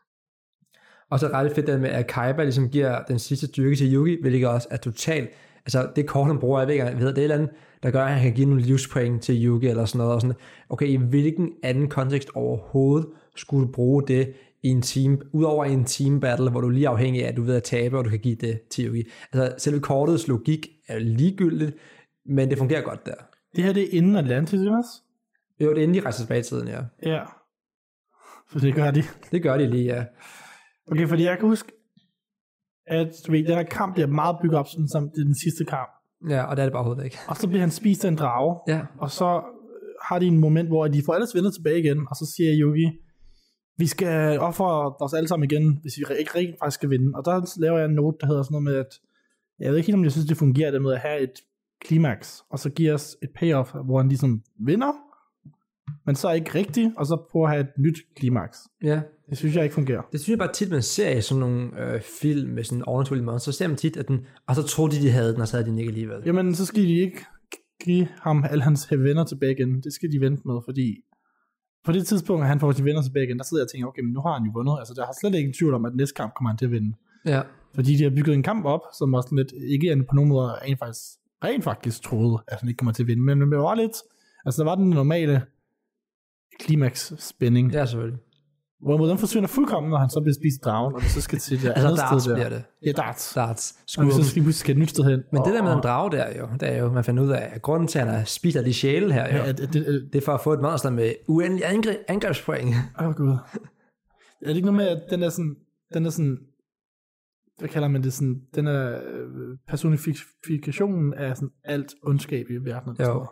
Og så er det ret fedt det med, at Kaiba ligesom giver den sidste styrke til Yugi, hvilket også er totalt, altså det kort, han bruger, jeg ved ikke, jeg ved, det er et eller andet, der gør, at han kan give nogle livspoint til Yugi eller sådan noget. Og sådan, okay, i hvilken anden kontekst overhovedet skulle du bruge det i en team, udover en team battle, hvor du er lige afhængig af, at du ved at tabe, og du kan give det til Yugi. Altså, selve kortets logik er ligegyldigt, men det fungerer godt der. Det her, det er inden Atlantis, Jonas? Jo, det er inden de rejser tilbage i tiden, ja. Ja. Så det gør de. Det gør de lige, ja. Okay, fordi jeg kan huske, at ved, den her kamp bliver meget bygget op, sådan som det er den sidste kamp. Ja, og det er det bare overhovedet ikke. Og så bliver han spist af en drage, ja. Og så har de en moment, hvor de får alles venner tilbage igen, og så siger Yugi, vi skal ofre os alle sammen igen, hvis vi ikke rigtig faktisk skal vinde. Og der laver jeg en note, der hedder sådan noget med, at jeg ved ikke helt, om jeg synes, det fungerer, det med at have et klimaks, og så giver os et payoff, hvor han ligesom vinder, men så ikke rigtigt, og så prøver at have et nyt klimaks. Ja. Det synes jeg ikke fungerer. Det synes jeg bare tit, man ser i sådan nogle øh, film med sådan overnaturlige monster, så ser man tit, at den, og så tror de, de havde den, og så havde de den ikke alligevel. Jamen, så skal de ikke give ham alle hans venner tilbage igen. Det skal de vente med, fordi på det tidspunkt, at han får sine venner tilbage igen, der sidder jeg og tænker, okay, men nu har han jo vundet. Altså, der har slet ikke en tvivl om, at næste kamp kommer han til at vinde. Ja. Fordi de har bygget en kamp op, som også lidt, ikke er på nogen måde rent faktisk, rent faktisk troede, at han ikke kommer til at vinde. Men det var lidt, altså der var den normale klimaks-spænding. Ja, selvfølgelig. Hvorimod den forsvinder fuldkommen, når han så bliver spist dragen, og det så skal til det altså andet darts sted der. bliver det. Ja, darts. Darts. Og så skal vi skal et nyt sted hen. Men og, det der med en drage der jo, det er jo, man finder ud af, at grunden til, at han spiser de sjæle her jo, ja, det, det, det, det er for at få et monster med uendelig angre, angrebspoint. Åh oh, gud. Er det ikke noget med, at den er sådan, den er sådan, hvad kalder man det, sådan, den er personifikationen af sådan alt ondskab i verden. Jo.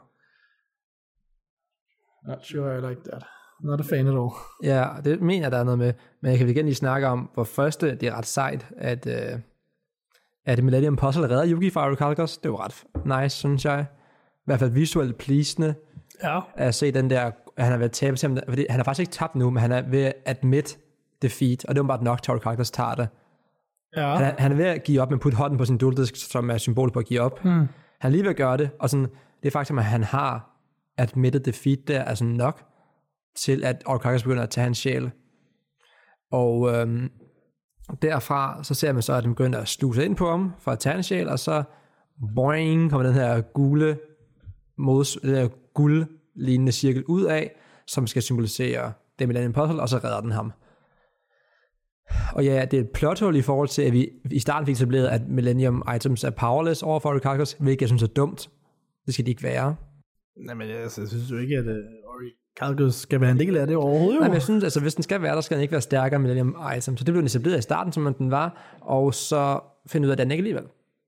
Not sure I like that. Not a fan at all. Ja, det mener jeg, der er noget med. Men jeg kan igen lige snakke om, hvor første, det er ret sejt, at, uh, at Millennium Puzzle redder Yugi fra Arukalkos. Det var ret nice, synes jeg. I hvert fald visuelt pleasende. Ja. At se den der, at han har været tabt til ham. Fordi han har faktisk ikke tabt nu, men han er ved at admit defeat. Og det var bare nok til Arukalkos tager det. Ja. Han, er, han er ved at give op, men putte hånden på sin dueldisk, som er symbol på at give op. Hmm. Han er lige ved at gøre det, og sådan, det er faktisk, at han har admitted defeat der, er sådan nok til, at Arukalkos begynder at tage hans sjæl. Og øhm, derfra, så ser man så, at den begynder at sluse ind på ham, for at tage hans sjæl, og så boing, kommer den her gule, mods, den her guldlignende cirkel ud af, som skal symbolisere det Millennium Puzzle, og så redder den ham. Og ja, det er et plothul i forhold til, at vi i starten fik etableret, at Millennium Items er powerless over for Arukalkos, hvilket jeg synes er dumt. Det skal de ikke være. Nej, men jeg, altså, jeg synes jo ikke, at uh, Arukalkos skal være en del af det overhovedet. Nej, men jeg synes, altså hvis den skal være, der skal den ikke være stærkere end Millennium Item. Så det blev den etableret i starten, som den var, og så finder ud af, at den ikke alligevel.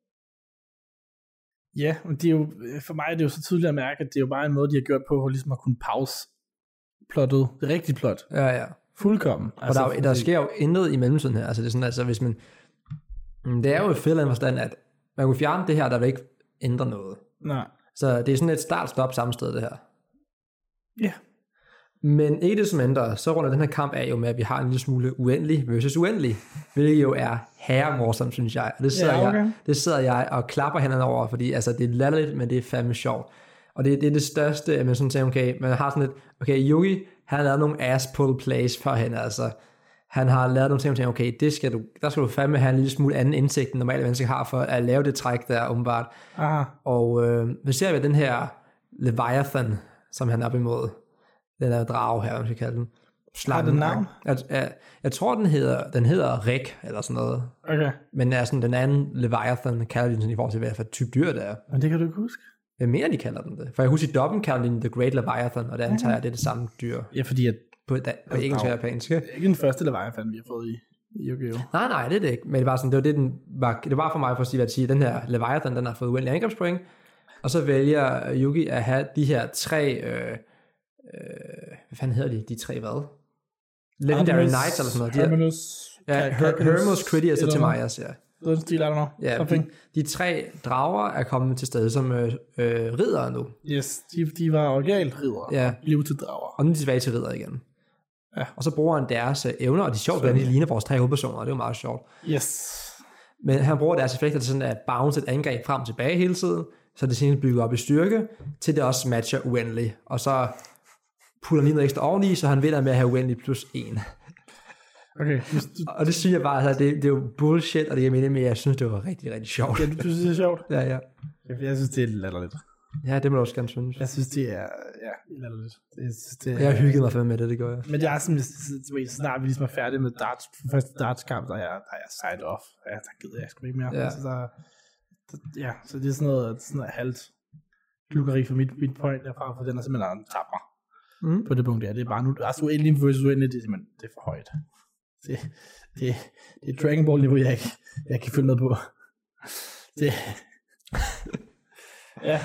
Ja, men det er jo, for mig er det jo så tydeligt at mærke, at det er jo bare en måde, de har gjort på, for ligesom at kunne pause plottet. Det rigtige plot. Ja, ja. Fuldkommen. Og altså, der, der sker jo intet i mellemtiden her. Altså det er sådan, altså hvis man... Det er jo i fedt forstand, at man kunne fjerne det her, der vil ikke ændre noget. Nej. Så det er sådan et start-stop samme sted, det her. Ja. Men ikke det som ændrer, så runder den her kamp af jo med, at vi har en lille smule uendelig versus uendelig, hvilket jo er herremorsomt, synes jeg. Og det sidder, ja, okay. jeg, det sidder jeg og klapper hænderne over, fordi altså, det er latterligt, men det er fandme sjovt. Og det, det er det største, at man sådan tænker, okay, man har sådan lidt, okay, Yugi, han har lavet nogle ass-pull plays for hende, altså. Han har lavet nogle ting, og tænker, okay, det skal du, der skal du fandme have en lille smule anden indsigt, end normale mennesker har for at lave det træk der, åbenbart. Aha. Og øh, vi ser vi den her Leviathan, som han er op imod. Den der drage her, man skal kalde den. Slangen. Har den navn? Jeg, jeg, jeg tror, den hedder, den hedder Rick, eller sådan noget. Okay. Men er sådan, den anden Leviathan kalder de den i forhold til, hvad for et type dyr det er. Men det kan du ikke huske? Jeg mener, de kalder den det. For jeg husker, i dobben kalder de den The Great Leviathan, og det antager jeg, det er det samme dyr. Ja, fordi at... På, da, på engelsk og japansk. Det er ikke den første Leviathan, vi har fået i, i Yu-Gi-Oh! Nej, nej, det er det ikke. Men det var sådan, det var det, den var, det var for mig for at sige, at sige, den her Leviathan, den har fået uendelig angrebspoint, og så vælger Yugi at have de her tre, øh, øh, hvad fanden hedder de, de tre hvad? Legendary Artemis, Knights eller sådan noget. De Hermanus, ja, Her- Hermus, Critias og Timaeus, ja. Den stil er der nu. Ja, de, de tre drager er kommet til stede som øh, øh, riddere nu. Yes, de, de var originalt riddere. Ja. Liv til drager. Og nu er de tilbage til riddere igen. Ja. Og så bruger han deres øh, evner, og de er sjovt, hvordan de ligner vores tre hovedpersoner, og det er jo meget sjovt. Yes. Men han bruger deres effekter til sådan at bounce et angreb frem og tilbage hele tiden, så det senere bygger op i styrke, til det også matcher uendelig. Og så puller lige noget ekstra oveni, så han vinder med at have uendelig plus en. Okay. Og det synes jeg bare, altså, det, det er jo bullshit, og det er meningen, men jeg synes, det var rigtig, rigtig sjovt. Ja, du synes, det er sjovt? Ja, ja. Jeg synes, det er latterligt. Ja, det må du også gerne synes. Jeg synes, det er, ja, latterligt. Det, det er, jeg har hygget mig fandme med det, det gør jeg. Men det er sådan, så snart vi ligesom er færdige med darts, første darts-kamp, der er jeg, der er jeg side off. Ja, der gider jeg sgu ikke mere. Ja. Så, der, der, ja, så det er sådan noget, sådan noget halvt klukkeri for mit, mit point derfra, for den er simpelthen tabt mig mm. på det punkt der. Det er bare nu, der er så uendelig versus uendelig, det er simpelthen, det er for højt. Det, det, det er Dragon Ball niveau, jeg ikke, jeg kan følge med på. Det. Ja.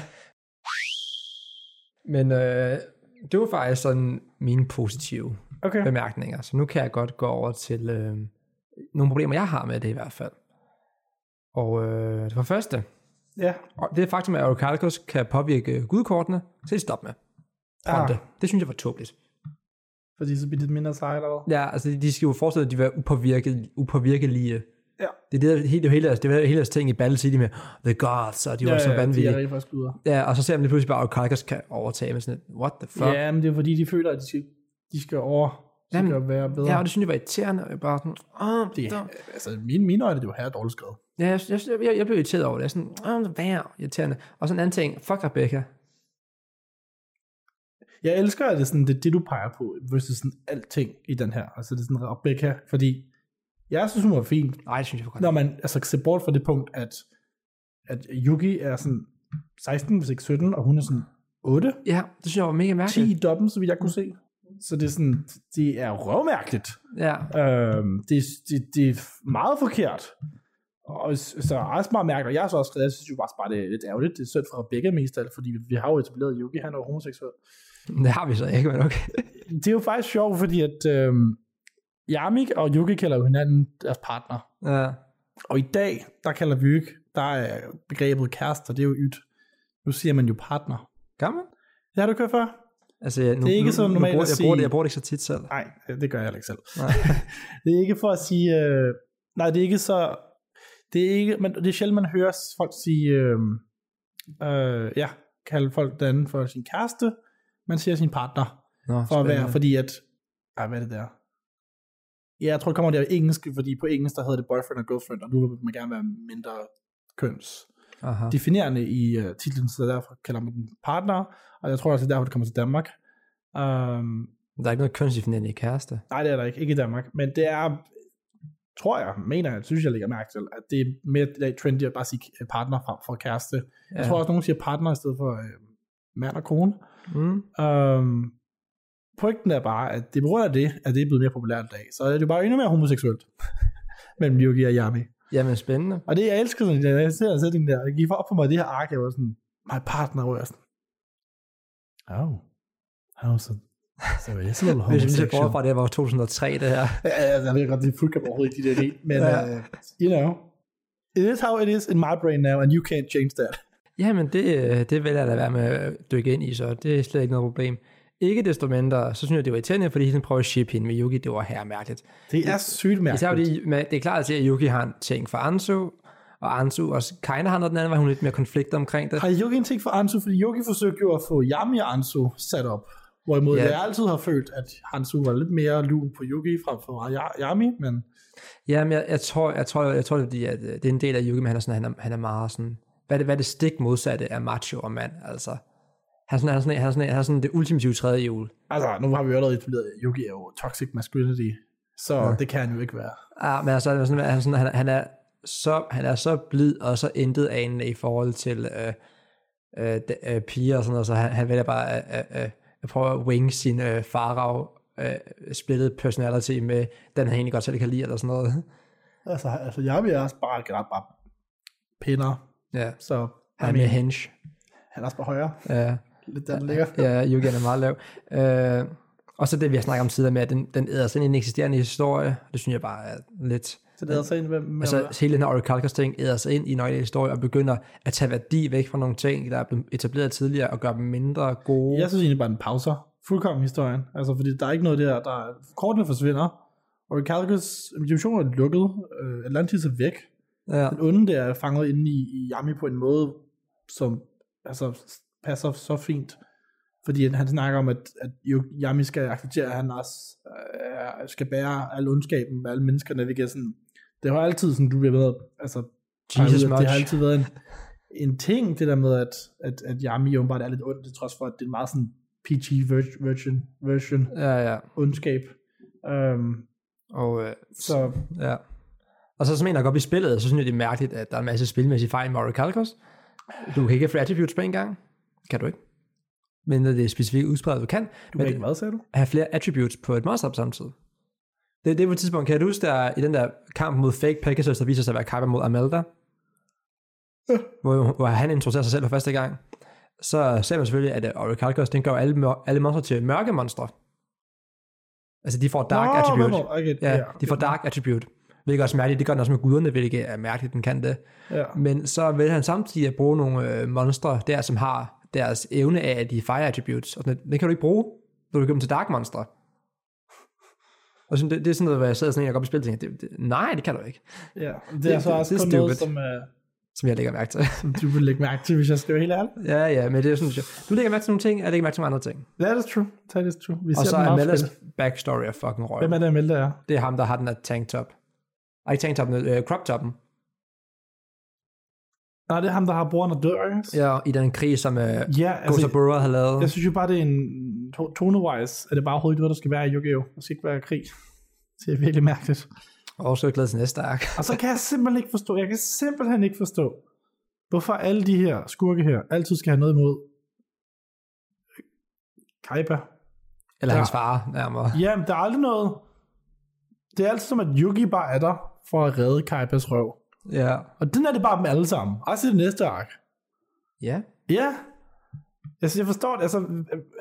Men øh, det var faktisk sådan mine positive okay. bemærkninger. Så nu kan jeg godt gå over til øh, nogle problemer, jeg har med det i hvert fald. Og øh, det var første. Ja. Og det er faktum, at Arukalkos kan påvirke gudkortene, så det stop med. Ah. Det. det synes jeg var tåbeligt. Fordi så bliver det mindre sej, eller hvad? Ja, altså de skal jo forestille, at de var upåvirkelige. upåvirkelige. Ja. Det er det, det, det, hele, det var hele deres ting i Battle City med The Gods, og de ja, var så vanvittige. Ja, de er rigtig guder. Ja, og så ser man lige pludselig bare, at Arukalkos kan overtage med sådan et, what the fuck? Ja, men det er fordi, de føler, at de skal, de skal over, de skal Jamen, være bedre. Ja, og det synes jeg var irriterende, og bare sådan, åh, det er, altså mine, mine øjne, det var her dårligt skrevet. Ja, jeg, jeg, jeg, jeg blev irriteret over det, jeg sådan, åh, hvad er irriterende? Og så en anden ting, fuck Rebecca. Jeg elsker, at det er sådan, det, det du peger på, versus sådan alting i den her. Altså det er sådan Rebecca, fordi jeg synes, hun var fint. Nej, det synes jeg var godt. Når man altså ser bort fra det punkt, at, at Yuki er sådan seksten, hvis ikke sytten, og hun er sådan otte. Ja, det synes jeg var mega mærkeligt. ti dobbelt, så vidt jeg kunne se. Så det er sådan, det er røvmærkeligt. Ja. Øhm, det, det, det er meget forkert. Og så er også meget mærkeligt, og jeg har så også skrevet, jeg synes jo bare, bare det er lidt ærgerligt, det er sødt for Rebecca mest af alt, fordi vi har jo etableret Yuki, han er jo homoseksuel. Det har vi så ikke, men okay. Det er jo faktisk sjovt, fordi at øhm, Yami og Yuki kalder jo hinanden deres partner. Ja. Og i dag, der kalder vi ikke, der er begrebet kærester, det er jo ydt. Nu siger man jo partner. Gør man? Det har du kørt før? Altså, nu, det er ikke så normalt nu bruger, at sige... Jeg bruger, det, jeg bruger det ikke så tit selv. Nej, det gør jeg heller ikke selv. Det er ikke for at sige... Øh, nej, det er ikke så... Det er ikke... Men det er sjældent, man hører folk sige... Øh, øh, ja, kalde folk den anden for sin kæreste. Man siger sin partner. Nå, for at være, fordi at... Ej, hvad er det der? Ja, jeg tror, det kommer der engelsk, fordi på engelsk, der hedder det boyfriend og girlfriend, og nu vil man gerne være mindre køns. Aha. Definerende i uh, titlen, så derfor kalder man den partner, og jeg tror også, det er derfor, det kommer til Danmark. Um, der er ikke noget kønsdefinerende i kæreste? Nej, det er der ikke, ikke i Danmark, men det er, tror jeg, mener jeg, synes jeg lægger mærke til, at det er mere det er trendy at bare sige partner frem for kæreste. Ja. Jeg tror også, nogen siger partner i stedet for uh, mand og kone. Mm. Um, pointen er bare, at det på grund af det, at det er blevet mere populært i dag, så er det jo bare endnu mere homoseksuelt mellem Yuki og Yami. Jamen spændende. Og det jeg elsker sådan, da jeg ser sætningen der, jeg gik op på mig det her ark, jeg var sådan, my partner, hvor jeg sådan, oh, how so, so it's a little homosexual. Hvis vi ser fra det var to tusind og tre, det her. Ja, jeg ved godt, det fuldkommen overhovedet ikke de der idé, men, ja. uh, you know, it is how it is in my brain now, and you can't change that. Jamen, det, det vil jeg da være med at dykke ind i, så det er slet ikke noget problem. Ikke desto mindre, så synes jeg, det var irriterende, fordi han prøver at ship hende med Yuki, det var her mærkeligt. Det er sygt mærkeligt. Især fordi, det er klart at se, at Yuki har en ting for Anzu, og Anzu også kinda har noget den anden, var hun lidt mere konflikter omkring det. Har Yuki en ting for Anzu, fordi Yuki forsøgte jo at få Yami og Anzu sat op, hvorimod ja. jeg altid har følt, at Anzu var lidt mere lun på Yuki frem for Yami, men... Ja, men jeg, jeg tror, jeg tror, jeg tror, det er fordi, at det er en del af Yuki, men han er, sådan, han er, han er meget sådan... Hvad er, det, hvad er det stik modsatte af macho og mand, altså? Han er sådan, han er sådan, han er sådan, han er sådan det ultimative tredje hjul. Altså, nu har vi jo allerede etableret, at Yuki er jo toxic masculinity, så ja. Det kan han jo ikke være. Ja, men altså, han er, sådan, han, er, han, er så, han er så blid og så intet anende i forhold til øh, øh, de, øh, piger og sådan noget, så han, han vælger bare at, at, at, at prøve at wing sin øh, farag øh, splittet personality med den, han egentlig godt selv kan lide, eller sådan noget. Altså, altså jeg vil også bare generelt bare pinder. Ja, så han er med henge. Han er også bare højere. Ja. Lidt der, den ligger. Ja, Yuki er meget lav. Øh, og så det, vi har snakket om tidligere med, at den, den æder sig ind i en eksisterende historie. Det synes jeg bare er lidt... Så det æder sig ind med... med altså, hele den her Orichalcos ting æder sig ind i en øjelig historie, og begynder at tage værdi væk fra nogle ting, der er blevet etableret tidligere, og gøre dem mindre gode. Jeg synes egentlig bare, den pauser fuldkommen historien. Altså, fordi der er ikke noget der, der... Kortene forsvinder. Orichalcos dimensioner er lukket. Uh, Atlantis er væk. Ja. Den onde der er fanget inde i, i Yami på en måde, som altså, passer så fint. Fordi han snakker om, at, at Yami skal acceptere, at han også øh, skal bære al ondskaben med alle mennesker navigerer sådan. Det har altid sådan, du ved, altså, Jesus det har altid været en, en ting, det der med, at, at, at Yami åbenbart er lidt ond, det trods for, at det er en meget sådan P G version, version ja, ja. ondskab. Um, og øh, så, ja. Og så som en, der går op i spillet, så synes jeg, det er mærkeligt, at der er en masse spilmæssige fejl med Orichalcos. Du kan ikke have flere attributes på en gang. Kan du ikke. Men det er specifikt udspredt, du kan. Du kan ikke hvad, sagde du? Have flere attributes på et monster på samme tid. Det, det er på et tidspunkt, kan du huske, der i den der kamp mod Fake Pegasus, der viser sig at være Kaiba mod Amelda, ja. hvor, hvor han introducerer sig selv for første gang, så ser man selvfølgelig, at Orichalcos, den gør alle, alle monster til mørke monstre. Altså, de får dark no, attribute. No, no, okay. Ja, yeah, de får okay. dark attribute. Hvilket også er mærkeligt, det gør den også med guderne, hvilket er mærkeligt, den kan det. Ja. Men så vil han samtidig at bruge nogle øh, monstre der, som har deres evne af de fire attributes, og den, den kan du ikke bruge, når du går dem til dark monstre. Og så, det, det er sådan noget, hvor jeg sidder sådan en, jeg går op i spil og tænker, det, det, nej, det kan du ikke. Ja, det, det er så også det, det noget, som, uh, som jeg lægger mærke til. Som du vil lægge mærke til, hvis jeg skal være helt ærlig. Ja, ja, men det er sådan, jeg, du lægger mærke til nogle ting, jeg lægger mærke til nogle andre ting. Ja, det er true. That is true. Vi og så er Ameldas backstory af fucking røv. Hvem er det, Amelda er? Det er ham, der har den der tanktop. Ej, ikke tanktoppen, øh, crop-toppen. Nej, det er ham, der har broren og dør, ikke? Ja, i den krig, som uh, ja, altså, Gosabura har lavet. Jeg synes jo bare, det er en to- tone-wise er det bare overhovedet noget, der skal være i Yu-Gi-Oh! Der skal ikke være krig. Det er virkelig mærkeligt. Og så er jeg glad til næste ark. Og så kan jeg simpelthen ikke forstå, jeg kan simpelthen ikke forstå, hvorfor alle de her skurke her altid skal have noget imod Kaiba. Eller der, hans far, nærmere. Jamen, der er aldrig noget. Det er altid som, at Yugi bare er der for at redde Kaibas røv. Ja. Og den er det bare dem alle sammen. Også i det næste ark. Ja. Ja. Altså, jeg forstår det. Altså,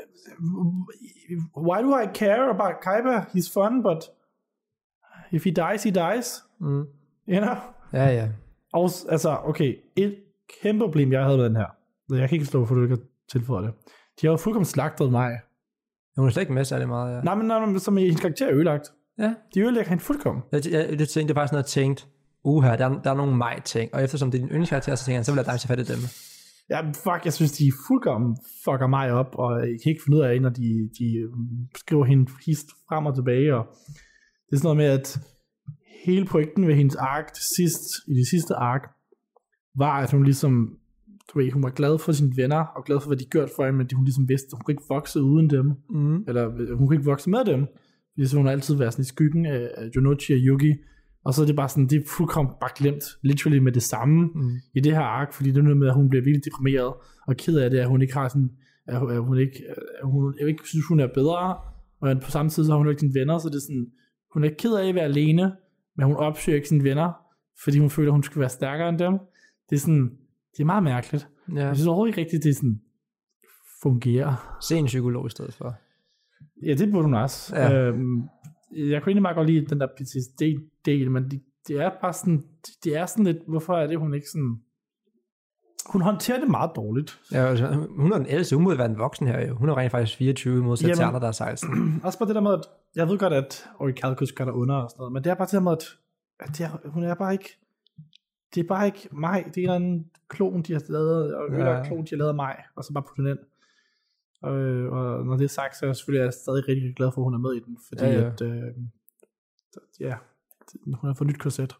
why do I care about Kaiba? He's fun, but if he dies, he dies. Mm. You know? Ja, ja. Og, altså, okay. Et kæmpe problem, jeg havde med den her. Jeg kan ikke stå for, at du ikke har tilføjet det. De har jo fuldkommen slagtet mig. Hun er slet ikke med særlig meget, ja. Nej, men, nej, men som hendes karakter er ødelagt. Ja. De ødelægger hende fuldkommen. Jeg, jeg, jeg tænkte, det var faktisk noget, jeg tænkte, uha, der er, der er nogle mig-ting, og eftersom det er din yndlingskarakter, så tænker jeg, så vil jeg dig til fat i dem. Ja, fuck, jeg synes, de fuldkommen fucker mig op, og jeg kan ikke finde ud af, når de, de skriver hende hist frem og tilbage, og det er sådan noget med, at hele pointen ved hendes ark til sidst, i det sidste ark, var, at hun ligesom, du ved, hun var glad for sine venner, og glad for, hvad de gjorde for hende, men hun ligesom vidste, at hun kunne ikke vokse uden dem, mm. eller hun kunne ikke vokse med dem, fordi så hun har altid været sådan i skyggen af Jonouchi og Yugi, og så er det bare sådan, det er fuldkommen bare glemt, literally med det samme mm. i det her ark, fordi det er noget med, at hun bliver virkelig deprimeret, og ked af det, at hun ikke har sådan, at hun ikke, at hun ikke synes, hun er bedre, og på samme tid, så har hun ikke sine venner, så det er sådan, hun er ikke ked af at være alene, men hun opsøger ikke sine venner, fordi hun føler, at hun skal være stærkere end dem. Det er sådan, det er meget mærkeligt. Ja. Jeg synes overhovedet ikke rigtigt, det sådan fungerer. Se en psykolog i stedet for. Ja, det burde hun også. Ja. Øhm, jeg kunne egentlig meget godt lide den der P T S D-del, men det, det er bare sådan, det er sådan lidt, hvorfor er det, hun ikke sådan, hun håndterer det meget dårligt. Ja, altså, hun er den ældste, hun må være en voksen her jo. Hun er rent faktisk fireogtyve mod til andre, der er seksten. Også bare det der med, at jeg ved godt, at Orichalcus gør der under og sådan noget, men det er bare det der med, at, at det er, hun er bare ikke, det er bare ikke mig, det er en eller anden klon, de har lavet, og en ja. klon, de har lavet af mig, og så bare putte den ind. Og, og når det er sagt, så er jeg selvfølgelig stadig rigtig glad for, at hun er med i den, fordi ja, ja. at, øh, ja, hun har fået nyt korset.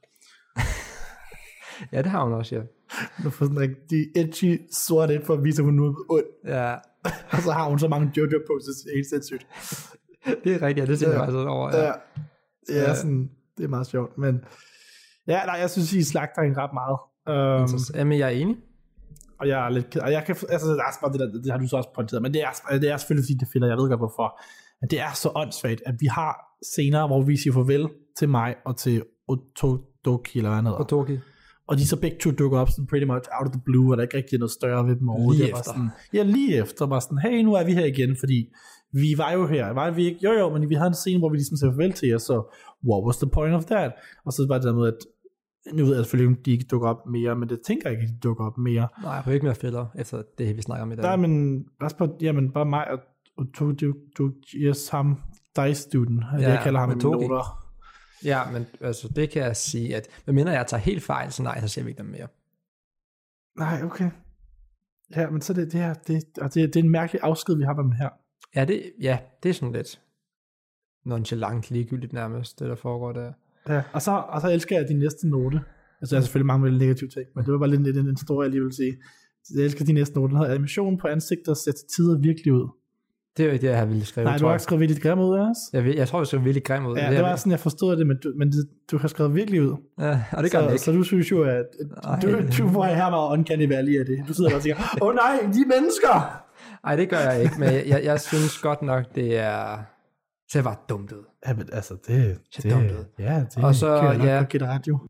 Ja, det har hun også, ja. Hun har fået sådan en rigtig edgy sort ind for at vise, at hun nu er ond. Ja. Og så har hun så mange Jojo poses, det er helt sindssygt. Det er rigtigt, ja, det tænker jeg faktisk over. Ja, ja. Ja, ja. Sådan, det er meget sjovt, men ja, nej, jeg synes, I slagter hende ret meget. Um, Jamen, jeg er enig. Og jeg er lidt ked, og jeg kan, altså, det, er bare det, der, det har du så også pointeret, men det er, det er selvfølgelig, fordi det finder, jeg ved godt hvorfor, men det er så åndssvagt, at vi har scener, hvor vi siger farvel til mig og til Otodoki, eller hvad han hedder. Otoki. Og de så begge to dukker op sådan pretty much out of the blue, og der er ikke rigtig noget større ved dem overhovedet. Lige efter. Sådan, ja, lige efter. Bare sådan, hey, nu er vi her igen, fordi vi var jo her. Var vi ikke? Jo, jo, men vi havde en scene, hvor vi ligesom sagde farvel til jer, så what was the point of that? Og så bare det der med, at nu ved jeg selvfølgelig, at de ikke dukker op mere, men det tænker jeg ikke, at de dukker op mere. Nej, jeg får ikke mere fælder, efter det, vi snakker om i dag. Nej, men også på, jamen, bare mig og, og to, du, du, yes, ham, dig student, ja, det jeg kalder ham i mine noter. Ja, men altså, det kan jeg sige, at medmindre jeg tager helt fejl, så nej, så ser vi ikke dem mere. Nej, okay. Ja, men så det, det her, det, det, det er en mærkelig afsked, vi har med dem her. Ja, det, ja, det er sådan lidt nonchalant ligegyldigt nærmest, det der foregår der. Ja, og så, og så elsker jeg din næste note. Altså, jeg er selvfølgelig mange med negative ting, men det var bare lidt en, en story, jeg lige vil sige. Jeg elsker din næste note. Den hedder animation på ansigter ser til tider virkelig ud. Det er jo ikke det, jeg har ville skrive. Nej, du har ikke skrevet virkelig grim ud, også? Jeg, vil, jeg tror, jeg skrev virkelig grim ud. Ja, det, det var jeg sådan, jeg forstod det, men du, men det, du har skrevet virkelig ud. Ja, og det gør så, ikke. Så du synes jo, at Ej, du, du får her meget uncanny valley af det. Du sidder bare og siger, åh oh, nej, de mennesker! Nej, det gør jeg ikke, men jeg, jeg, jeg synes godt nok, det er... Så jeg var dumt ud. Ja, men altså, det... Så det dumt ud. Ja, det og så, kan jeg nok ja. godt give dig ret, jo.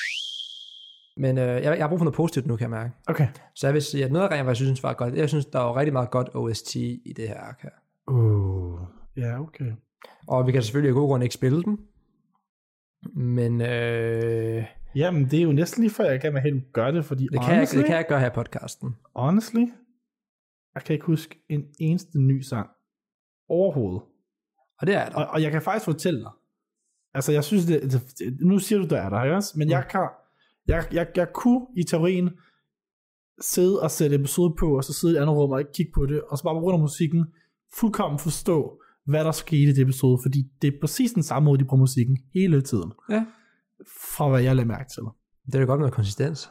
Men øh, jeg, jeg har brug for noget positivt nu, kan jeg mærke. Okay. Så jeg vil sige, at noget af det, jeg synes var godt, jeg synes, der var rigtig meget godt O S T i det her ark her. Uh, ja, okay. Og vi kan selvfølgelig af god grund ikke spille den. Men... Øh, Jamen, det er jo næsten lige før, jeg kan med at gøre det, fordi det kan, honestly, jeg, det kan jeg gøre her i podcasten. Honestly, jeg kan ikke huske en eneste ny sang overhovedet. Og det er der. Og, og jeg kan faktisk fortælle dig, altså jeg synes, det, det, nu siger du, der er der, ikke også? Men mm. jeg kan, jeg, jeg, jeg kunne i teorien sidde og sætte episode på, og så sidde i et andet rum og ikke kigge på det, og så bare på grund af musikken, fuldkommen forstå, hvad der skete i det episode, fordi det er præcis den samme måde, de bruger musikken hele tiden. Ja. Fra hvad jeg lader mærke til. Det er da godt med konsistens.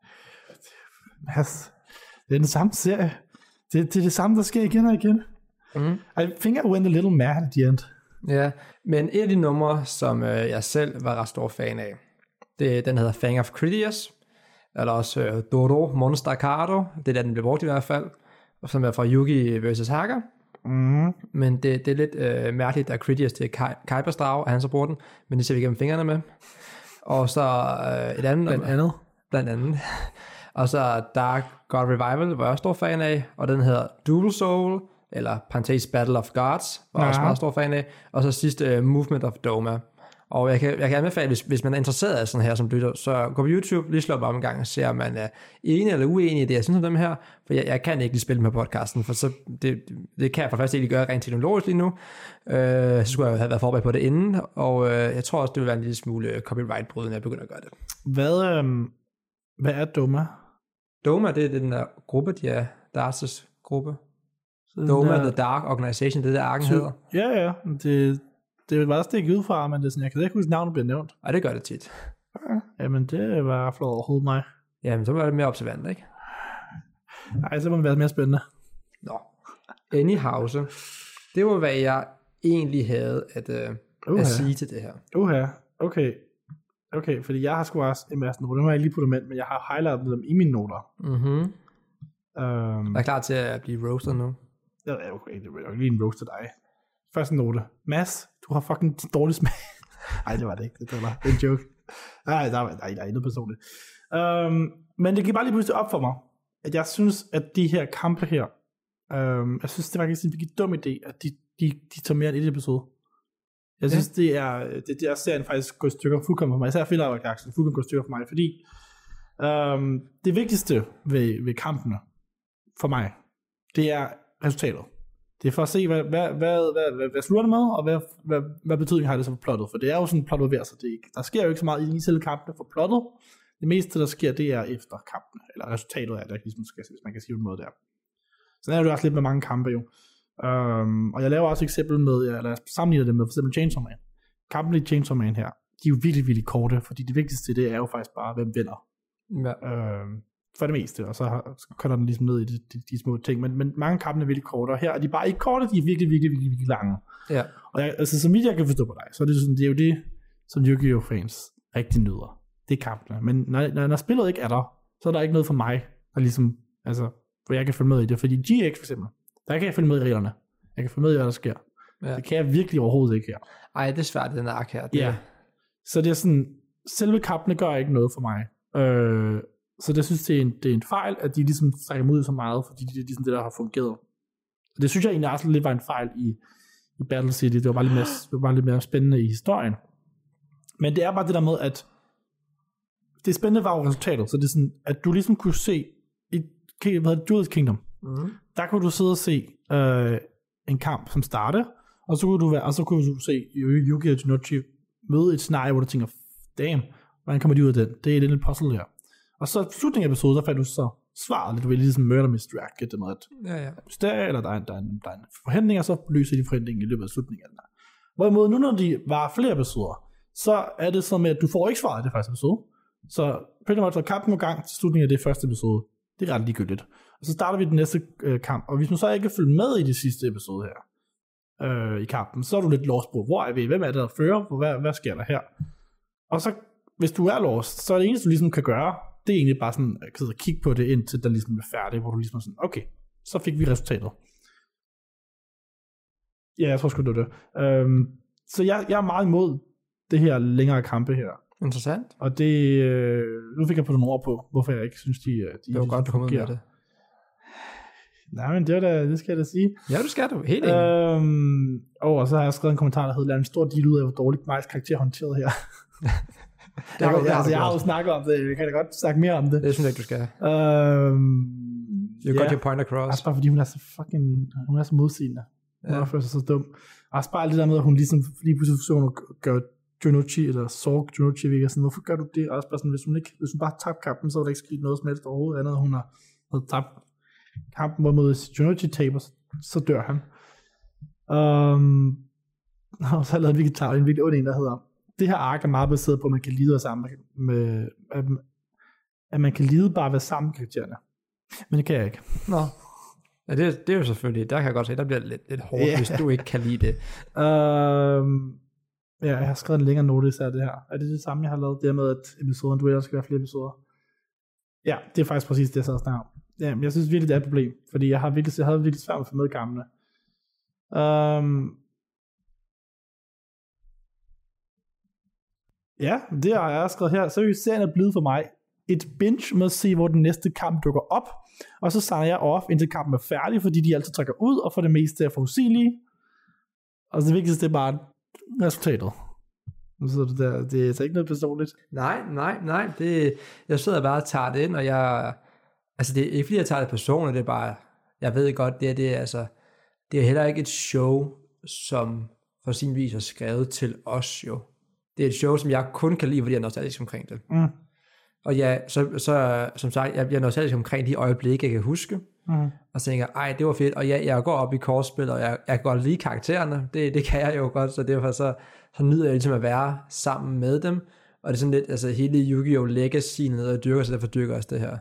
Mads, det er den samme serie. Det, det er det samme, der sker igen og igen. Mm. I think I went a little mad at the end. Ja, men et af de numre, som øh, jeg selv var ret stor fan af, det, den hedder Fang of Critias, eller også øh, Doro Monster Cardo, det er der, den blev brugt i hvert fald, som er fra Yugi versus. Haga. Mm. Men det, det er lidt øh, mærkeligt, at Critias til Kuipers drage, at han så bruger den, men det ser vi gennem fingrene med. Og så øh, et andet... Blandt andet. Blandt andet. Og så Dark God Revival, var jeg også stor fan af, og den hedder Dual Soul, eller Panthe's Battle of Gods, var jeg også meget stor fan af, og så sidste uh, Movement of Doma. Og jeg kan, jeg kan anbefale, hvis, hvis man er interesseret af sådan her som lytter, så gå på YouTube, lige slå op om en gang og se, om man er enig eller uenig i det, jeg synes om dem her, for jeg, jeg kan ikke lige spille med podcasten, for så det, det kan jeg for først egentlig gøre rent teknologisk lige nu. Uh, så skulle jeg have været forberedt på det inden, og uh, jeg tror også, det vil være en lille smule copyright-brud, når jeg begynder at gøre det. Hvad, øhm, hvad er Doma? Doma, det er den der gruppe, de er Darts' gruppe. Doma, der, The Dark Organization, det der arken hedder. Ja, ja, det, det var også det, jeg gik ud fra, men det er sådan, jeg kan ikke huske, navnet bliver nævnt. Ej, det gør det tit. Ja, jamen, det var flot overhovedet mig. Jamen, så var det mere observant, ikke? Nej, så må det være mere spændende. Nå. Anyhow, så. Det var, hvad jeg egentlig havde at, uh, at sige til det her. Uha, okay. Okay, fordi jeg har sgu også en masse noter. Nu har jeg lige puttet dem ind, men jeg har highlightet dem i mine noter. Mhm. Um, jeg er klar til at blive roasted nu. Ja, okay, det er jo lige en roast til dig. Første note. Mads, du har fucking dårlig smag. Nej, det var det ikke. Det var en joke. Nej, der er, der er noget personligt. Um, men det gik bare lige pludselig op for mig, at jeg synes, at de her kampe her, um, jeg synes, det var faktisk en virkelig dum idé, at de, de, de tager mere end et episode. Jeg synes, ja. det er, det, det er serien faktisk går i stykker fuldkommen for mig. Især Filler-aksen fuldkommen går i stykker for mig, fordi um, det vigtigste ved, ved kampene, for mig, det er resultatet. Det er for at se, hvad, hvad, hvad, hvad, hvad, hvad slutter det med, og hvad, hvad, hvad betydning har det så for plottet. For det er jo sådan plottet ved, så det ikke, der sker jo ikke så meget i selve kampene for plottet. Det meste, der sker, det er efter kampene, eller resultatet af det, ligesom skal, hvis man kan sige det måde der. Sådan er det jo også lidt med mange kampe jo. Um, og jeg laver også et eksempel med, eller jeg sammenligner det med for eksempel Chainsaw Man. Kampene i Chainsaw Man her, de er jo virkelig, virkelig korte, fordi det vigtigste, det er jo faktisk bare, hvem vinder. Ja. Um, for det meste, og så, så kører den ligesom ned i de, de, de små ting, men, men mange kampe er virkelig korte, og her er de bare ikke korte, de er virkelig, virkelig, virkelig, virkelig lange. Ja. Og jeg, altså, som vidt jeg kan forstå på dig, så er det, sådan, det er jo det, som Yu-Gi-Oh! Fans rigtig nyder. Det er kampene. Men når, når, når spillet ikke er der, så er der ikke noget for mig, der ligesom, altså, hvor jeg kan følge med i det. Fordi G X for eksempel, der kan jeg følge med i reglerne. Jeg kan følge med i, hvad der sker. Ja. Det kan jeg virkelig overhovedet ikke her. Ej, det er svært, den ark her. Det... Ja. Så det er sådan, selve kampene gør ikke noget for mig. Øh, så det synes det er, en, det er en fejl, at de ligesom trækker mod så meget, fordi det er ligesom det, der har fungeret. Og det synes jeg egentlig også lidt var en fejl i, i Battle City. Det var bare lidt mere, det var bare lidt mere spændende i historien. Men det er bare det der med, at det spændende var jo resultatet. Så det er sådan, at du ligesom kunne se i hvad hedder Duelist Kingdom. Mm. Der kunne du sidde og se øh, en kamp, som startede, og så kunne du, være, og så kunne du se Yugi og Junichi møde et scenarie, hvor du tænker, damn, hvordan kommer de ud af den? Det er lidt en puzzle her. Og så i slutningen af episoden, der fandt du så svaret lidt, du vil ligesom murder mystery, det med, at ja, ja. Mysterie, eller der er, en, der, er en, der er en forhindring, og så løser de forhindringen i løbet af slutningen af den her. Hvorimod nu, når de var flere episoder, så er det så med, at du får ikke svaret i det første episode. Så pretty much, når kampen går gang til slutningen af det første episode, det er ret ligegyldigt. Og så starter vi den næste øh, kamp, og hvis man så ikke følger med i det sidste episode her, øh, i kampen, så er du lidt lost på, hvor er vi, hvem er det, der fører, hvad, hvad sker der her? Og så, hvis du er lost, så er det eneste, du ligesom kan gøre, det er egentlig bare sådan, at sidde og kigge på det, indtil der ligesom er færdigt, hvor du ligesom er sådan, okay, så fik vi resultatet. Ja, jeg tror sgu, det var det. Øhm, så jeg, jeg er meget imod det her længere kampe her. Interessant. Og det, øh, nu fik jeg på nogle ord på, hvorfor jeg ikke synes, de, de det var godt, du kom ud med det. Nej, men det, da, det skal jeg da sige. Ja, du skal du. Helt enig. Øhm, og så har jeg skrevet en kommentar, der hedder, lad en stor deal ud af, hvor dårligt Majs karakter håndteret her. det jeg, jeg, altså, jeg har jo snakket om det, jeg kan da godt snakke mere om det. Det synes jeg ikke, du skal. Øhm, you got yeah. your point across. Også bare fordi hun er så fucking, hun er så modsigende. Hun ja. er så dum. Også bare det der med, at hun ligesom lige pludselig forsøger at gøre Junichi, eller Sorg Junichi, virker sådan, hvorfor gør du det? Også bare sådan, hvis hun, ikke, hvis hun bare tabte kampen, så var der ikke sket noget som helst overhovedet andet, hun har, har tabt kampen, hvorimod Junichi taber, så, så dør han. Um, og så har jeg lavet en virkelig tavle, en virkelig ond en, der hedder, det her ark er meget baseret på, at man kan lide sammen med, at, at man kan lide bare ved samme karaktererne. Men det kan jeg ikke. Nå. Ja, det, det er jo selvfølgelig, der kan jeg godt se, der bliver lidt, lidt hårdt, yeah. hvis du ikke kan lide det. Um, ja, jeg har skrevet en længere notice af det her. Er det det samme, jeg har lavet? Det med, at episoden, du ellers skal være flere episoder. Ja, det er faktisk præcis det, jeg sad og snakker om. Ja, men jeg synes virkelig, det er et problem, fordi jeg, har virkelig, jeg havde virkelig svært med at få med gamle. Um, ja, det har jeg skrevet her. Seriøst, serien er blevet for mig et binge med at se, hvor den næste kamp dukker op, og så signer jeg off, indtil kampen er færdig, fordi de altid trækker ud, og for det meste er forudsigelige. Og det vigtigste er bare resultatet. Så det, der, det er altså ikke noget personligt. Nej, nej, nej. Det, jeg sidder bare og tager det ind, og jeg... Altså, det er ikke fordi, jeg tager det personligt, det er bare... Jeg ved godt, det er, det er, altså, det er heller ikke et show, som for sin vis er skrevet til os, jo. Det er et show, som jeg kun kan lide, fordi jeg er nostalgisk omkring det. Mm. Og ja, så, så som sagt, jeg bliver nostalgisk omkring de øjeblikke, jeg kan huske. Mm. Og så tænker jeg, ej, det var fedt. Og ja, jeg går op i kortspil, og jeg, jeg kan godt lide karaktererne. Det, det kan jeg jo godt, så derfor så, så nyder jeg ligesom at være sammen med dem. Og det er sådan lidt, altså hele Yu-Gi-Oh! Legacy nede og dyrker, så derfor dyrker også det her.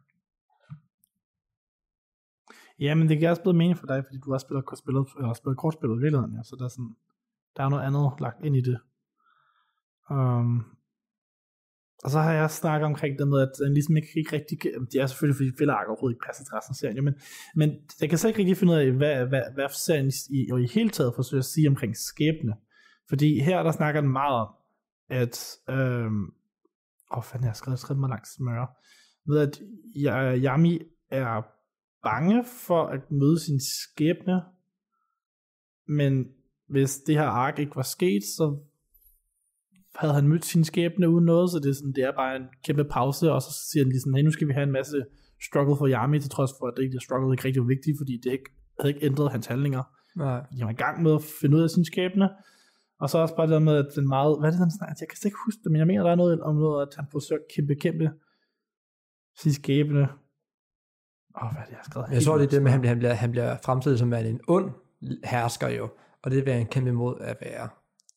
Ja, men det kan også blive mening for dig, fordi du har spillet, spillet, eller spillet kortspillet i virkeligheden, ja. Så der er, sådan, der er noget andet lagt ind i det. Um, og så har jeg snakket omkring det med, at den ligesom ikke, ikke rigtig, det er selvfølgelig fordi filler-ark overhovedet ikke passer til resten af serien, men, men jeg kan så ikke rigtig finde ud af, hvad, hvad, hvad serien i, og i hele taget forsøger at sige omkring skæbne. Fordi her der snakker den meget om, at, øhm, åh fanden, jeg har skrevet, skrevet mig langt smøre, med at Yami er bange for at møde sin skæbne, men hvis det her ark ikke var sket, så havde han mødt sin skæbne uden noget, så det er, sådan, det er bare en kæmpe pause, og så siger han lige sådan, hey, nu skal vi have en masse struggle for Yami, til trods for, at det ikke, struggle ikke rigtig var vigtigt, fordi det ikke, havde ikke ændret hans handlinger. Nej. De var i gang med at finde ud af sin skæbne, og så også bare det der med, at den meget, hvad er det, den snakker? Jeg kan ikke huske det, men jeg mener, der er noget om noget, at han forsøger at kæmpe, kæmpe sin skæbne. Åh, oh, hvad er det, jeg har skrevet? Jeg tror, det er det med, at han bliver, han bliver, han bliver fremstillet som en ond hersker jo, og det vil han kæmpe imod at være.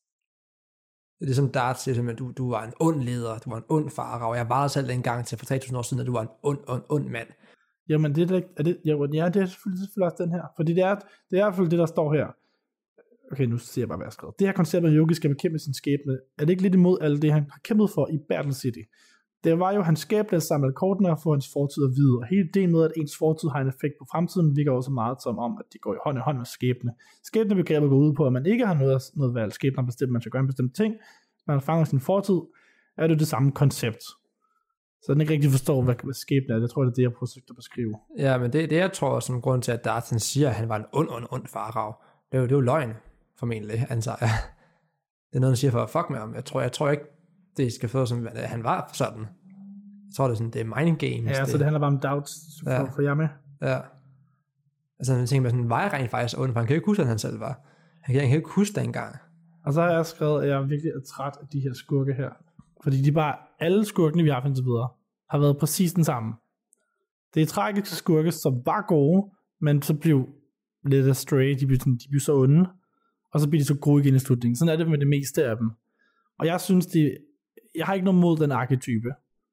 Det er ligesom Dart siger, at du, du var en ond leder, du var en ond farao. Jeg var selv engang til for tre tusind år siden, at du var en ond, ond, ond mand. Jamen, det er, er det, ja, det er selvfølgelig, selvfølgelig også den her. Fordi det er, det er i hvert fald det, der står her. Okay, nu ser jeg bare, hvad jeg har skrevet. Det her koncept, at Yugi skal bekæmpe sin skæbne, er det ikke lidt imod alt det, han har kæmpet for i Battle City? Det var jo hans skæbne at samle kortene og få hans fortid at vide. Og hele det med, at ens fortid har en effekt på fremtiden, virker også meget som om, at det går i hånd i hånd med skæbne. Skæbnebegrebet går ud på, at man ikke har noget, noget valg. Skæbne har bestemt, man skal gøre en bestemt ting. Man fanger sin fortid, er det det samme koncept. Så den ikke rigtig forstår, hvad, hvad skæbne er. Det tror jeg, det er det, jeg prøver at beskrive. Ja, men det, det jeg tror, som grund til, at Darten siger, at han var en ond, ond, ond farao, det er jo, det er jo løgn, formentlig, antager jeg. Det er noget, han siger for at fuck med ham. Jeg tror, jeg tror ikke, det skal få som, at han var sådan. Jeg tror, det er sådan, det er mining games. Ja, det, så det handler bare om doubts for, ja. for jer med. Ja. Altså, jeg tænker, sådan, var jeg rent faktisk ond, for han kan jo ikke huske, at han selv var. Han kan, han kan ikke huske det engang. Og så har jeg skrevet, at jeg er virkelig træt af de her skurke her. Fordi de bare, alle skurkene, vi har fundet videre, har været præcis den samme. Det er tragiske skurke, som var gode, men så blev lidt astray, de blev, sådan, de blev så onde, og så bliver de så gode igen i slutningen. Sådan er det med det meste af dem. Og jeg synes, det, jeg har ikke noget mod den arketype.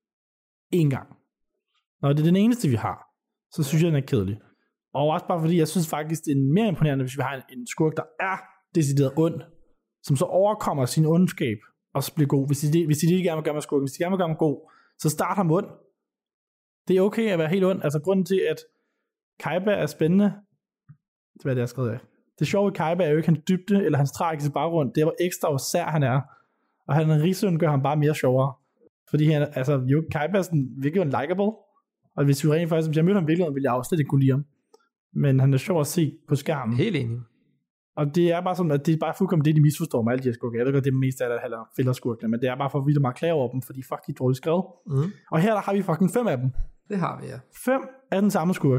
En gang. Når det er den eneste, vi har, så synes jeg, den er kedelig. Og også bare fordi, jeg synes faktisk, det er mere imponerende, hvis vi har en, en skurk, der er decideret ond, som så overkommer sin ondskab, og så bliver god. Hvis de, hvis de ikke gerne vil gøre mig skurken, hvis de gerne vil gøre mig god, så start ham ond. Det er okay at være helt ond. Altså grunden til, at Kaiba er spændende, det er, hvad det er skrevet af. Det sjove ved Kaiba er jo ikke hans dybde, eller hans tragiske baggrund. Det er, hvor ekstra og sær han er. Og han er rigsøn gør ham bare mere sjovere. Fordi han, altså, jo, Kaiba er sådan virkelig en likable. Og hvis vi rent faktisk, hvis jeg mødte ham virkelig, ville jeg også slet ikke kunne lide ham. Men han er sjov at se på skærmen. Helt enig. Og det er bare sådan, at det er bare fuldkommen det, de misforstår med alle de her skurke. Jeg ved godt, det er mest af det, der fælder skurkene, men det er bare for at vi der meget klage over dem, fordi fuck, de er dårligt skrevet. Mm. Og her der har vi fucking fem af dem. Det har vi, ja. Fem af den samme skurk.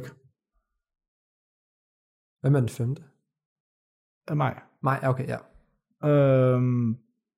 Hvem er den femte? Af mig. Mig, okay, ja. Øhm...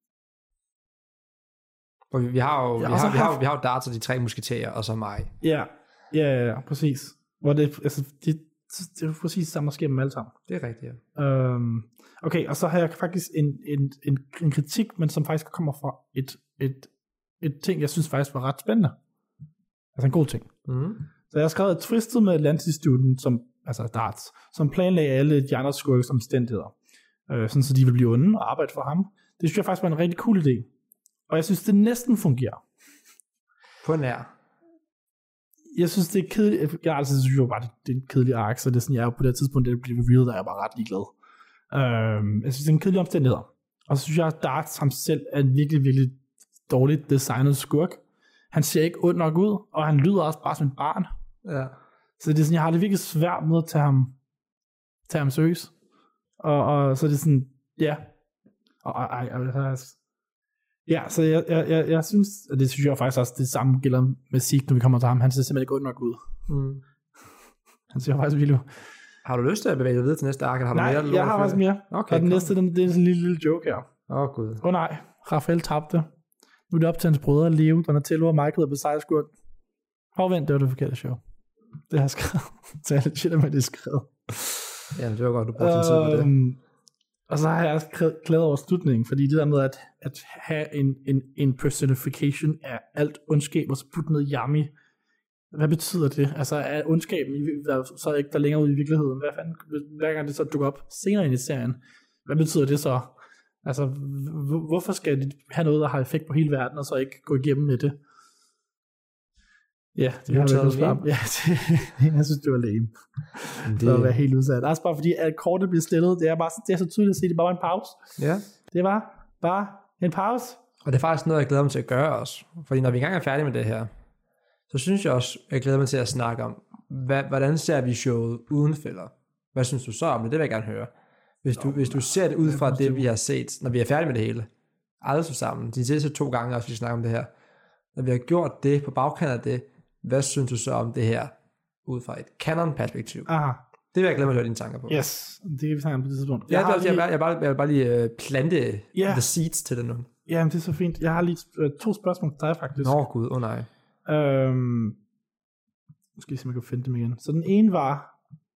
Og vi, vi har jo, ja, vi, har, vi, har, vi har jo Darts og de tre musketerer, og så mig. Ja, ja, ja, ja præcis. Hvor det, altså, det, det er præcis samme skæbne med alle sammen. Det er rigtigt, ja. Øhm, okay, og så har jeg faktisk en, en, en, en kritik, men som faktisk kommer fra et, et, et ting, jeg synes faktisk var ret spændende. Altså en god ting. Mm. Så jeg har skrevet et twistet med Atlantis-studien, som, altså darts, som planlagde alle de andre skurkes omstændigheder, øh, sådan så de vil blive onde og arbejde for ham. Det synes jeg faktisk var en rigtig cool idé. Og jeg synes, det næsten fungerer. På nær. Jeg synes, det er kedeligt. Jeg altså, synes jo bare, det er en kedelig ark, så det er sådan, jeg er på det tidspunkt, det bliver revealed, der er jeg bare ret ligeglad. Øh, jeg synes, det er en kedelig omstændighed. Og så synes jeg, at Darts ham selv er en virkelig, virkelig dårligt designet skurk. Han ser ikke ond nok ud, og han lyder også bare som et barn. Ja. Så det er sådan, jeg har det virkelig svært med at tage ham, tage ham seriøst. Og, og så er det sådan, ja. Og, og, og, og, ja, så jeg, jeg, jeg, jeg synes, og det synes jeg faktisk også, det samme gælder med Zeke, når vi kommer til ham. Han ser simpelthen ikke ond nok ud. Mm. Han ser faktisk virkelig. Har du lyst til at bevæge dig videre til næste ark? Har du nej, mere, jeg har faktisk mere. Okay, og den næste, den, det er sådan en lille, lille joke her. Åh oh, gud. Åh oh, nej, Raphael tabte. Nu er det op til hans brødre at leve, Donatello og Michael er besejret skurk. Hov, vent, det var det forkerte show. Det har jeg skrevet. Så jeg er lidt shit, at det er skrevet. Ja, det var godt, du brugte din tid på det. Um, og så har jeg også glædet over slutningen, fordi det der med at, at have en, en, en personification af alt ondskab, og så putte noget yummy. Hvad betyder det? Altså er ondskaben der, så ikke der længere ud i virkeligheden? Hvad fanden, hver gang det så dukker op senere ind i serien, hvad betyder det så? Altså, hvorfor skal det have noget, der har effekt på hele verden, og så ikke gå igennem med det? Ja, det har jeg været svar. Ja, det, jeg synes, det var lame. Det var at være helt udsat. Også bare fordi, at kortet bliver stillet, det er, bare, det er så tydeligt at se, det bare var en pause. Ja. Det var bare en pause. Og det er faktisk noget, jeg glæder mig til at gøre også. Fordi når vi engang er færdige med det her, så synes jeg også, jeg glæder mig til at snakke om, hvad, hvordan ser vi showet uden fælder? Hvad synes du så om det? Det vil jeg gerne høre. Hvis du, hvis du ser det ud fra det, vi har set, når vi er færdige med det hele, alle så sammen, de sidste to gange også, vi snakker om det her, når vi har gjort det på bagkanten af det, hvad synes du så om det her, ud fra et canon-perspektiv? Aha. Det vil jeg glæde mig at høre dine tanker på. Yes, det kan vi snakke om på det tidspunkt. Ja, jeg, det er, lige... jeg, jeg, bare, jeg vil bare lige uh, plante yeah. the seeds til det nu. Ja, det er så fint. Jeg har lige uh, to spørgsmål til dig faktisk. Nå gud, åh oh, nej. Øhm, nu skal jeg se, om jeg kan finde dem igen. Så den ene var,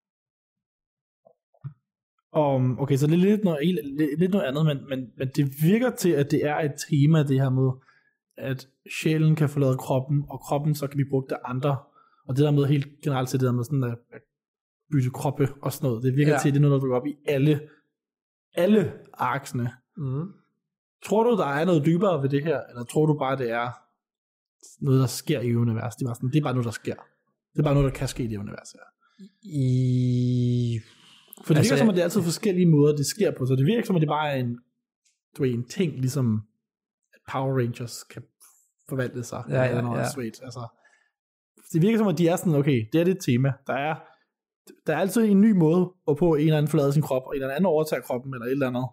om, okay, så det er lidt noget, lidt, lidt noget andet, men, men, men det virker til, at det er et tema, det her med, at sjælen kan forlade kroppen, og kroppen så kan vi bruge det andre. Og det der med helt generelt til det der med sådan at, at bytte kroppe og sådan noget, det virker ja. til, at det er noget, der dukker op i alle, alle arksene. Mm. Tror du, der er noget dybere ved det her, eller tror du bare, det er noget, der sker i universet? Det er bare, sådan, det er bare noget, der sker. Det er bare noget, der kan ske i det univers her. I... For det altså, virker som, at det er altid forskellige måder, det sker på. Så det virker som, at det bare er en, du ved, en ting, ligesom Power Rangers kan forvalte sig. Ja, ja, eller ja. Sweet. Altså, det virker som, at de er sådan, okay, det er det tema. Der er, der er altid en ny måde, hvorpå en eller anden forlader sin krop, og en eller anden overtager kroppen, eller et eller andet.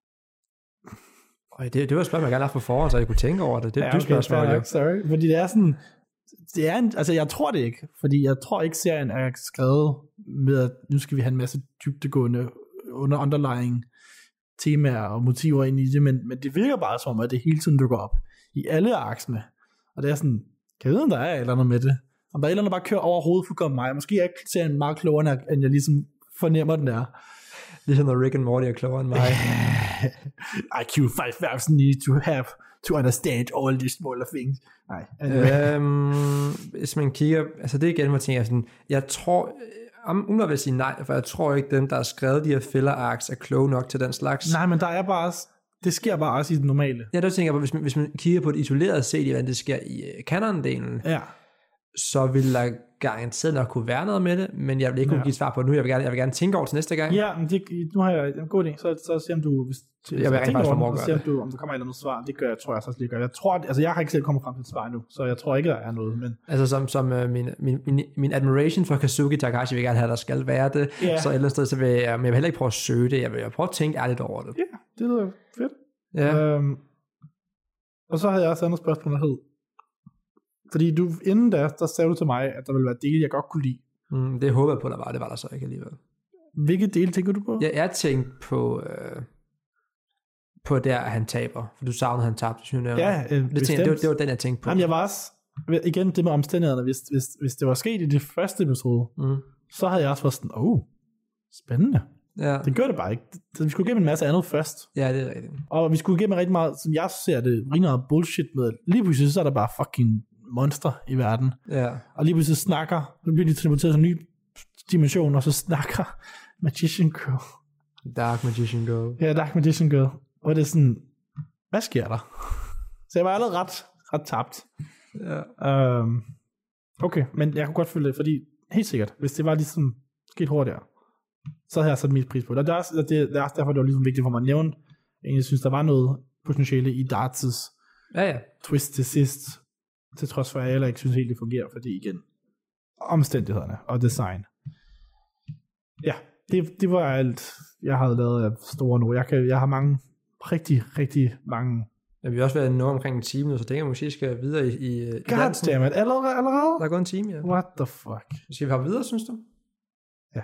Øj, det, det var et spørgsmål, jeg gerne har haft på forhånd, så jeg kunne tænke over det. Det er ja, et okay, spørgsmål. Okay, sorry. Fordi det er sådan, det er en, altså jeg tror det ikke, fordi jeg tror ikke, serien er skrevet med, at nu skal vi have en masse dybdegående under underlying temaer og motiver ind i det, men, men det virker bare som, at det hele tiden dukker op i alle aksene. Og det er sådan, kan jeg vide, om der er et eller andet med det? Om der er et eller andet, der bare kører over hovedet for mig. Måske er jeg serien meget klogere, end jeg ligesom fornemmer, den er. Ligesom når Rick and Morty er klogere end mig. I Q five thousand need to have to understand all these smaller things. Nej. Anyway. Øhm, hvis man kigger, altså det er igen, man tænker sådan, jeg tror, uden at vil sige nej, for jeg tror ikke, dem, der har skrevet de her filler arcs, er kloge nok til den slags. Nej, men der er bare også, det sker bare også i det normale. Ja, der tænker jeg på, hvis man, hvis man kigger på et isoleret set, hvordan det sker i uh, canon-delen, ja. så vil der garanteret nok kunne være noget med det, men jeg vil ikke kunne ja. give svar på det nu. Jeg vil gerne, jeg vil gerne tænke over til næste gang. Ja, men det, nu har jeg en god idé. Så, så se om du, hvis, jeg vil rigtig faktisk over, se, om, du, om der kommer et eller andet svar. Det gør jeg, tror jeg så lige gør. Jeg tror, altså jeg har ikke selv kommet frem til et svar nu, så jeg tror ikke, der er noget. Men... Altså som, som uh, min, min, min, min admiration for Kazuki Takahashi vil gerne have, der skal være det. Yeah. Så et eller andet sted, så vil jeg, men jeg vil heller ikke prøve at søge det. Jeg vil prøve at tænke ærligt over det. Ja, yeah, det lyder fedt. Ja. Øhm, og så havde jeg også et andet spørgsmål, der hed, fordi du, inden da, der sagde du til mig, at der ville være dele, jeg godt kunne lide. Mm, det håber jeg på, der var. Det var der så ikke alligevel. Hvilke dele tænker du på? Ja, jeg tænkte på, øh, på der, han taber. For du savnede, han tabte, synes jeg. Ja, øh, det, tænkte, det, var, det var den, jeg tænkte på. Jamen, jeg var også, igen det med omstændighederne, hvis, hvis, hvis det var sket i det første episode, mm. så havde jeg også været sådan, åh, oh, spændende. Ja. Det gør det bare ikke. Så vi skulle igennem en masse andet først. Ja, det er rigtigt. Og vi skulle igennem rigtig meget, som jeg ser det, rigtig meget bullshit med, lige pludselig så er der bare fucking monster i verden. Ja. Og lige pludselig snakker, nu bliver de teleporteret til en ny dimension, og så snakker Magician Girl. Dark Magician Girl. Ja, Dark Magician Girl. Og det er sådan, hvad sker der? Så jeg var allerede ret, ret tabt. Ja. Um, okay, men jeg kunne godt følge det, fordi helt sikkert, hvis det var ligesom sket hurtigere, så havde jeg sat mit pris på det. Og det er, også, det, det er også derfor, det var ligesom vigtigt for mig at nævne. Jeg synes, der var noget potentiale i Darts' ja, ja. twist til sidst, til trods for, at jeg heller ikke synes helt, det fungerer, fordi igen, omstændighederne og design. Ja, det, det var alt, jeg havde lavet af store nu. Jeg, kan, jeg har mange, rigtig, rigtig mange. Ja, vi har også været noget omkring en time nu, så det kan måske skal videre i, i goddammit, allerede, allerede? Der er gået en time, ja. What the fuck? Skal vi hoppe videre, synes du? Ja.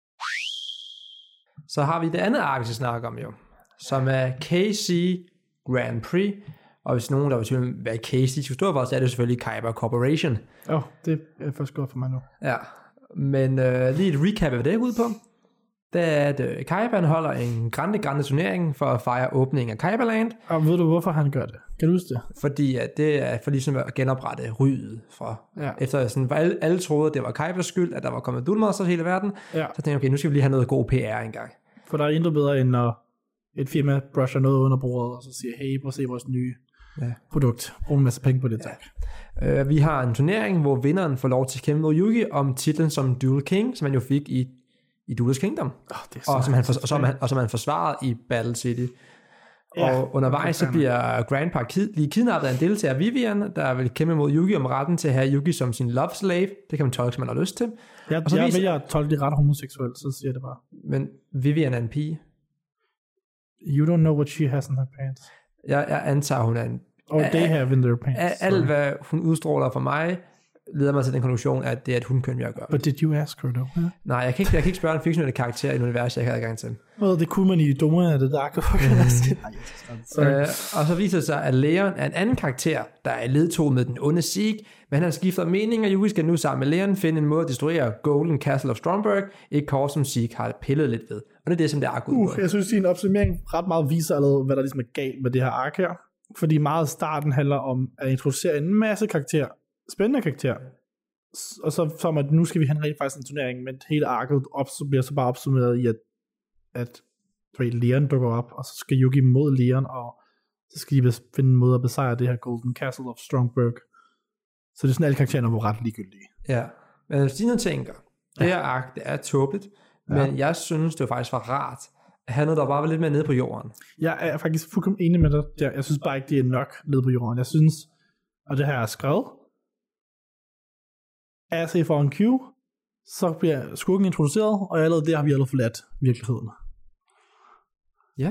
Så har vi det andet ark, vi snakker om jo, som er K C Grand Prix. Og hvis nogen, der var tvivl om, hvad K C skulle stå for, så er det selvfølgelig Kyber Corporation. Åh, oh, det er først godt for mig nu. Ja, men øh, lige et recap af, hvad det er ude på. Det er, at øh, Kyber holder en grande, grande turnering for at fejre åbningen af Kyberland. Og ved du, hvorfor han gør det? Kan du huske det? Fordi at det er for ligesom at genoprette ryget fra. Ja. Efter sådan, alle, alle troede, at det var Kybers skyld, at der var kommet dulmaster i hele verden. Ja. Så tænkte jeg, okay, nu skal vi lige have noget god P R engang. For der er intet bedre, end når et firma brusher noget under bordet, og så siger, hey, prøv at se vores nye ja. produkt. Brug en masse penge på det, tak. Ja. Uh, vi har en turnering, hvor vinderen får lov til at kæmpe mod Yugi om titlen som Dual King, som han jo fik i, i Duelist Kingdom. Oh, det og, som han for, og, som han, og som han forsvarede i Battle City. Ja, og undervejs så bliver Grandpa kid, lige kidnappet af en deltager, Vivian, der vil kæmpe mod Yugi om retten til at have Yugi som sin love slave. Det kan man tolke, som man har lyst til. Jeg, og så jeg viser, vælger at tolke det ret homoseksuelt, så siger det bare. Men Vivian er en pige. You don't know what she has in her pants. Jeg, jeg antager, hun er en... Oh, they have in their pants. Alt, hvad hun udstråler for mig, leder mig til den konklusion, at det er et hundkøn, jeg gør. But did you ask her, though? Yeah. Nej, jeg kan ikke, jeg kan ikke spørge en fiktionelle karakter i et univers, jeg ikke har adgang til. Well, det kunne man i Doma af det Dark. øh, og så viser det sig, at Leon er en anden karakter, der er ledtog med den onde Zeke, men han har skiftet mening, og Yugi skal nu sammen med Leon finde en måde at destruere Golden Castle of Stromberg, et kort, som Zeke har pillet lidt ved. Og det er det, som det ark ud på. Uh, jeg synes, din opsummering ret meget viser allerede, hvad der ligesom er galt med det her ark her. Fordi meget af starten handler om at introducere en masse karakterer, spændende karakterer, og så som at nu skal vi have en rigtig faktisk en turnering, men hele arket op, så bliver så bare opsummeret i, at, at Leon dukker op, og så skal Yugi mod Leon, og så skal de finde en måde at besejre det her Golden Castle of Stromberg. Så det er sådan, alle karaktererne var ret ligegyldige. Ja, men hvis de nu tænker, det her ark, det er tåbeligt, men ja. jeg synes, det var faktisk var rart, at have noget, der bare var lidt mere nede på jorden. Jeg er faktisk fuldkommen enig med dig. Jeg synes bare ikke, det er nok nede på jorden. Jeg synes, og det her er skrevet, as if on cue, så bliver skurken introduceret, og allerede der har vi allerede forladt virkeligheden. Ja.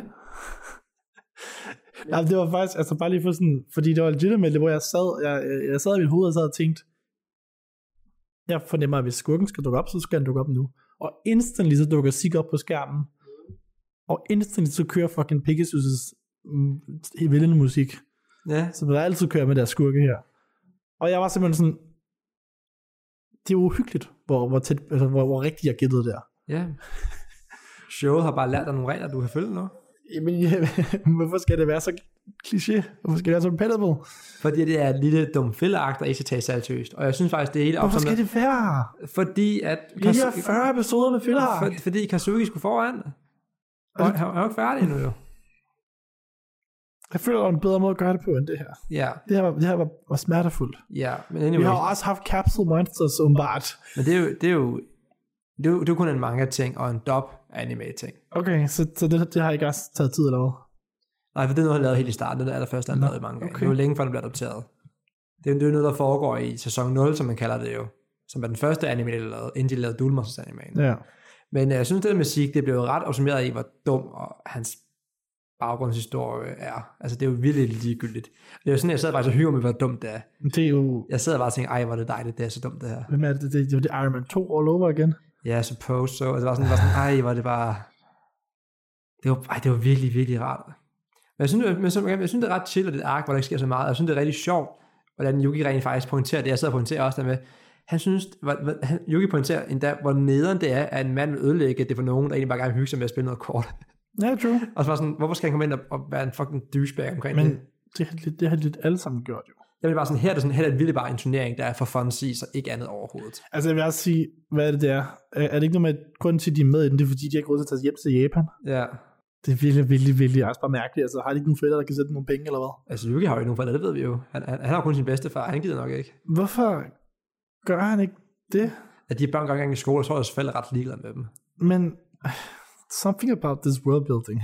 Ja, det var faktisk, altså bare lige for sådan, fordi det var legitimately, hvor jeg sad, jeg, jeg, jeg sad i mit hoved og sad og tænkte, jeg fornemmer, at hvis skurken skal dukke op, så skal den dukke op nu. Og instantly så dukker Zeke op på skærmen, og instantly så kører fucking Pegasus' mm, vildende musik. Ja. Så der altid kører med der skurke her. Og jeg var simpelthen sådan, det er uhyggeligt, hvor, hvor, tæt, altså, hvor, hvor rigtigt jeg gættede der. Ja. Showet har bare lært dig nogle regler, du kan følge nu. Jamen, ja, hvorfor skal det være så kliché? Hvorfor skal det være så repetitive? Fordi det er et lille dumt fældeakt, der ikke skal tage sig seriøst. Og jeg synes faktisk, det er hele hvorfor skal det være? Fordi at... Vi har fyrre episoder med fældeakt. For, fordi Kazuki skulle foran. Og han, han er jo ikke færdig endnu, jo. Jeg føler, der var en bedre måde at gøre det på, end det her. Ja. Det her var, det her var, var smertefuldt. Ja, men anyway. Vi har også haft Capsule Monsters, åbenbart. Men det er jo... Det er jo Det er, jo, det er jo kun en manga-ting og en dub-anime-ting. Okay, så, så det, det har ikke også taget tid, eller hvad? Nej, for det er noget, han lavede helt i starten. Det er det allerførste, han lavede i manga. Okay. Det er jo længe før, den bliver adopteret. Det er, det er jo noget, der foregår i sæson nul, som man kalder det jo. Som er den første anime, der lavede, inden de lavede Duel Monsters anime. Ja. Men jeg synes, det der med Zeke, det blev jo ret opsummeret i, hvor dum og hans baggrundshistorie er. Altså, det er jo virkelig ligegyldigt. Det er jo sådan, jeg sad bare så hygger med, hvor dumt det er. Det er jo... Jeg sad bare og tænkte, ej, hvor er det dejligt, det er så dumt det her. Hvem er det? Det, det, det, det er Iron Man to all over igen. Ja, suppose so. Altså, det var sådan, var sådan ej, var det bare... Det var, ej, det var virkelig, virkelig rart. Men jeg synes, men så, jeg synes det er ret chill, at det er et ark, hvor der ikke sker så meget. Jeg synes, det er rigtig sjovt, hvordan Yugi rent faktisk pointerer det. Jeg sidder og pointerer også der med. Han synes, han, Yugi pointerer endda, hvor nederen det er, at en mand vil ødelægge det for nogen, der egentlig bare gerne vil hygge sig med at spille noget kort. Ja, yeah, true. Og så var sådan, hvorfor skal han komme ind og, og være en fucking douchebag omkring men det? Men det, det, det har de lidt alle sammen gjort, jo. Jeg vil bare sådan, her er det, sådan, her er det virkelig bare en turnering, der er for funsies, så ikke andet overhovedet. Altså jeg vil også sige, hvad er det der? Er det ikke noget med, grunden til, at de er med i den, det er fordi, de har ikke råd til at tage hjem til Japan? Ja. Det er virkelig, virkelig, virkelig også bare mærkeligt. Altså har de ikke nogen forældre, der kan sætte nogle penge, eller hvad? Altså Yuki har jo ikke nogen forældre, det ved vi jo. Han, han, han har kun sin bedstefar, han gider nok ikke. Hvorfor gør han ikke det? At de børn går engang i skole, så er deres forældre ret ligeglade med dem. Men something about this world building.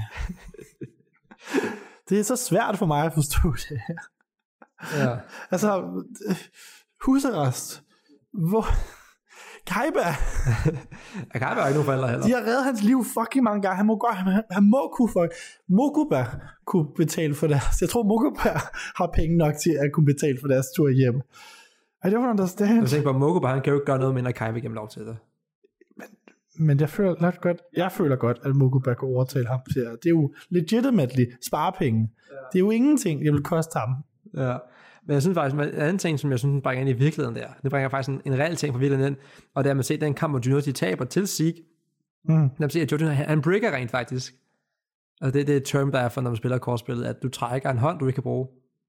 Det er så svært for mig at forstå det her. Ja. Altså, husarrest. Hvor... Kaiba. Ja, Kaiba har ikke nogen forældre heller. De har reddet hans liv fucking mange gange. Han må, godt, han, han må kunne for... Mokuba kunne betale for deres... Jeg tror, Mokuba har penge nok til at kunne betale for deres tur hjem. I don't understand. Jeg tænker på, Mokuba, han kan jo ikke gøre noget, mindre Kaiba gennem lov til det. Men, men jeg føler lidt godt, jeg føler godt, at Mokuba kan overtale ham til at... Det er jo legitimately sparepenge. Ja. Det er jo ingenting, det vil koste ham. Ja. Men jeg synes faktisk, en anden ting, som jeg synes bringer ind i virkeligheden der, det bringer faktisk en, en reel ting fra virkeligheden ind, og det er, at man ser den kamp, hvor Junior de taber til Zeke, mm. når man ser, at Junior, han breaker rent faktisk. Altså det, det er et term, der er for, når man spiller kortspillet, at du trækker en hånd, du ikke kan bruge.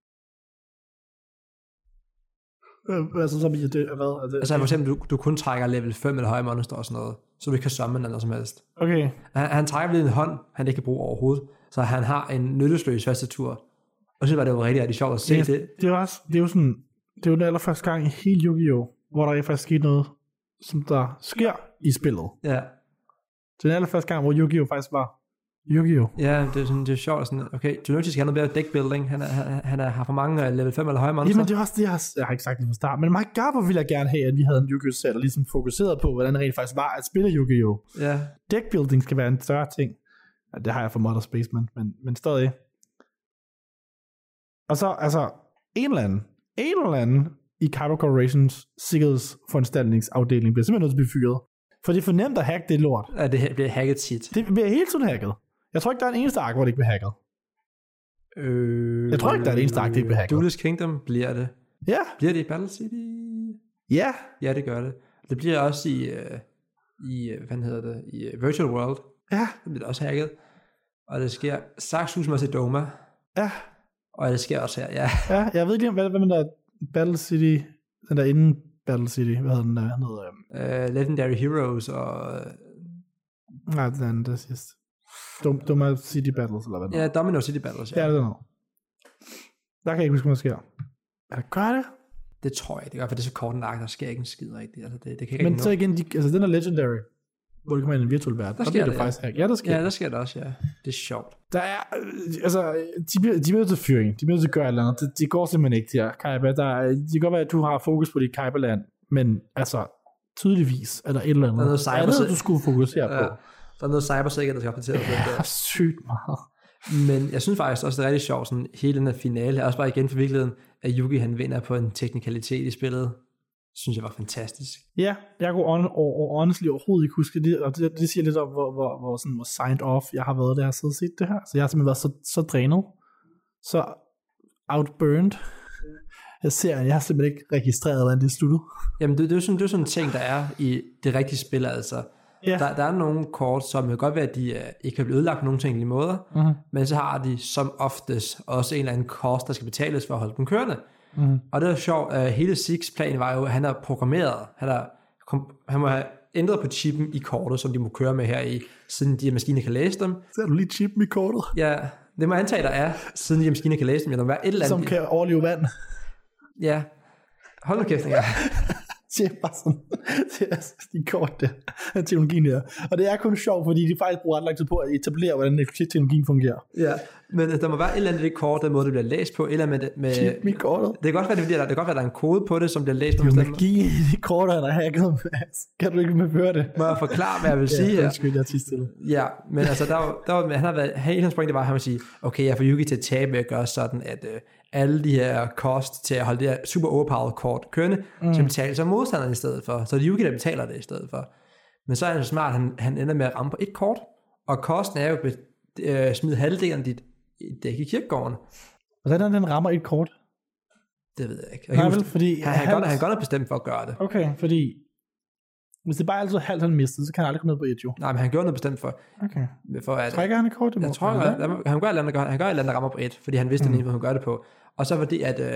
Øh, altså så bliver det, hvad? Er det, altså for eksempel, du, du kun trækker level fem eller højere monster og sådan noget, så du ikke kan summon eller som helst. Okay. Han, han trækker lige en hånd, han ikke kan bruge overhovedet, så han har en nyttesløs første tur. Og så var det jo rigtig, rigtig sjovt at se det. Det, det, er også, det er jo sådan, det er jo den allerførste gang i hele Yu-Gi-Oh, hvor der er faktisk sket noget, som der sker i spillet. Ja. Det er den allerførste gang, hvor Yu-Gi-Oh faktisk var Yu-Gi-Oh. Ja, det er, sådan, det er sjovt. Sådan, okay, Junouchi skal have noget bedre deckbuilding. Han, er, han, han er, har for mange uh, level fem eller højere monster. Jamen det er også det, jeg har, jeg har ikke sagt det fra start. Men my god, hvor ville jeg gerne have, at vi havde en Yu-Gi-Oh-serie, der ligesom fokuserede på, hvordan det rent faktisk var at spille Yu-Gi-Oh. Ja. Deckbuilding skal være en større ting. Ja, det har jeg for Mother Space, men, men, men stadig. Og så, altså, en eller anden, en eller anden i Kaiba Corporations sikkerhedsforanstaltningsafdeling bliver simpelthen nødt til at blive fyret. For det er for nemt at hacke det lort. Ja, det bliver hacket tit. Det bliver hele tiden hacket. Jeg tror ikke, der er en eneste ark, hvor det ikke bliver hacket. Øh, jeg tror ikke, der er en eneste ark, det ikke bliver hacket. Duelist Kingdom bliver det. Ja. Bliver det i Battle City? Ja. Ja, det gør det. Det bliver også i, uh, i hvad hedder det, i uh, Virtual World. Ja. Det bliver også hacket. Og det sker sagssus også i Doma. Ja. Og det sker også her, ja. Ja, jeg ved ikke, hvad, hvad man der Battle City, den der inden Battle City, hvad hedder den der? Hedder, uh, Legendary Heroes og... Uh... Nej, den anden, det er sidst. Dom, Doma City Battles, eller hvad det Ja, Domino City Battles, ja. Ja, det er noget. Der kan jeg ikke huske, hvad der sker. Er det gør det? Det tror jeg, det gør, for det er så kort en ark, der sker ikke en skid rigtigt. Altså, det, det kan ikke Men så igen, de, altså den er Legendary, hvor det kommer ind i en virtual verden. Der sker det, det ja. faktisk, ja, der sker Ja, der sker det også, ja. Det er sjovt. Der er, altså, de bliver, de bliver til fyring. De bliver til at gøre et eller andet. Det, de går simpelthen ikke til her, Kaiba. Der er, det kan godt være, at du har fokus på dit Kaiba-land, men altså, tydeligvis er der et eller andet. Der er noget cyber, andet, du skulle fokusere ja, på. Der er noget cybersikkerhed, der skal opdatere på. Det er sygt meget. Men jeg synes faktisk også, det er rigtig sjovt, sådan hele den her finale her, også bare igen for virkeligheden, at Yugi han vinder på en teknikalitet i spillet, synes jeg var fantastisk. Ja, jeg kunne on, og, honestly overhovedet ikke huske det, og det, det siger lidt om, hvor, hvor, hvor, sådan, hvor signed off jeg har været, da jeg har siddet og set det her. Så jeg har simpelthen været så, så drænet, så outburned. Jeg ser, jeg har simpelthen ikke registreret, hvordan det er sluttet. Jamen, det, det, er sådan, det er sådan en ting, der er i det rigtige spil, altså. Yeah. Der, der er nogle kort, som kan godt være, at de uh, ikke kan blive ødelagt på nogle tænkelige måder, uh-huh. men så har de som oftest også en eller anden kost, der skal betales for at holde dem kørende. Uh-huh. Og det er sjovt, uh, hele Six plan var jo, at han har programmeret, han, har, han må have ændret på chippen i kortet, som de må køre med her i, siden de her maskiner kan læse dem. Så er du lige chippen i kortet? Ja, det må jeg antage, der er, siden de her maskiner kan læse dem. Ja, der må være et eller andet. Som kan overleve vand. Ja, hold nu kæft, ja. Det er bare sådan, det er de kort der, teknologien der. Og det er kun sjovt, fordi de faktisk bruger ret lang tid på at etablere, hvordan teknologien fungerer. Ja, men der må være et eller andet det kort, den måde, det bliver læst på, eller med... med Chip med kortet. Det kan godt være, det, det kan godt være, der er en kode på det, som bliver læst på. Det er jo magi i de kort, han har hacket. Kan du ikke medføre det? Må jeg forklare, hvad jeg vil sige her? Ja, undskyld, jeg er tidstille. Ja, men altså, der var, der var, han har været, hele hans point, det var, at han vil sige, okay, jeg får Yugi til at tabe med at gøre sådan, at øh, alle de her kost til at holde det her super overpowered kort kørende, mm. skal betale sig modstanderen i stedet for. Så det er Yugi, der betaler det i stedet for. Men så er han så smart, han, han ender med at ramme på et kort, og kosten er jo at øh, smide halvdelen af dit dæk i kirkegården. Hvordan er den rammer et kort? Det ved jeg ikke. Jeg Nej, huske, vel, fordi han, han, han, han godt er bestemt for at gøre det. Okay, fordi hvis det bare er altid halvt han mistet, så kan han aldrig komme ned på et jo. Nej, men han gør noget bestemt for. Okay. for at, Trækker han et kort? Jeg tror, han, han, han gør et eller andet, han gør et eller andet, der rammer på et, fordi han vidste, mm. at han gør det på. Og så fordi, at øh,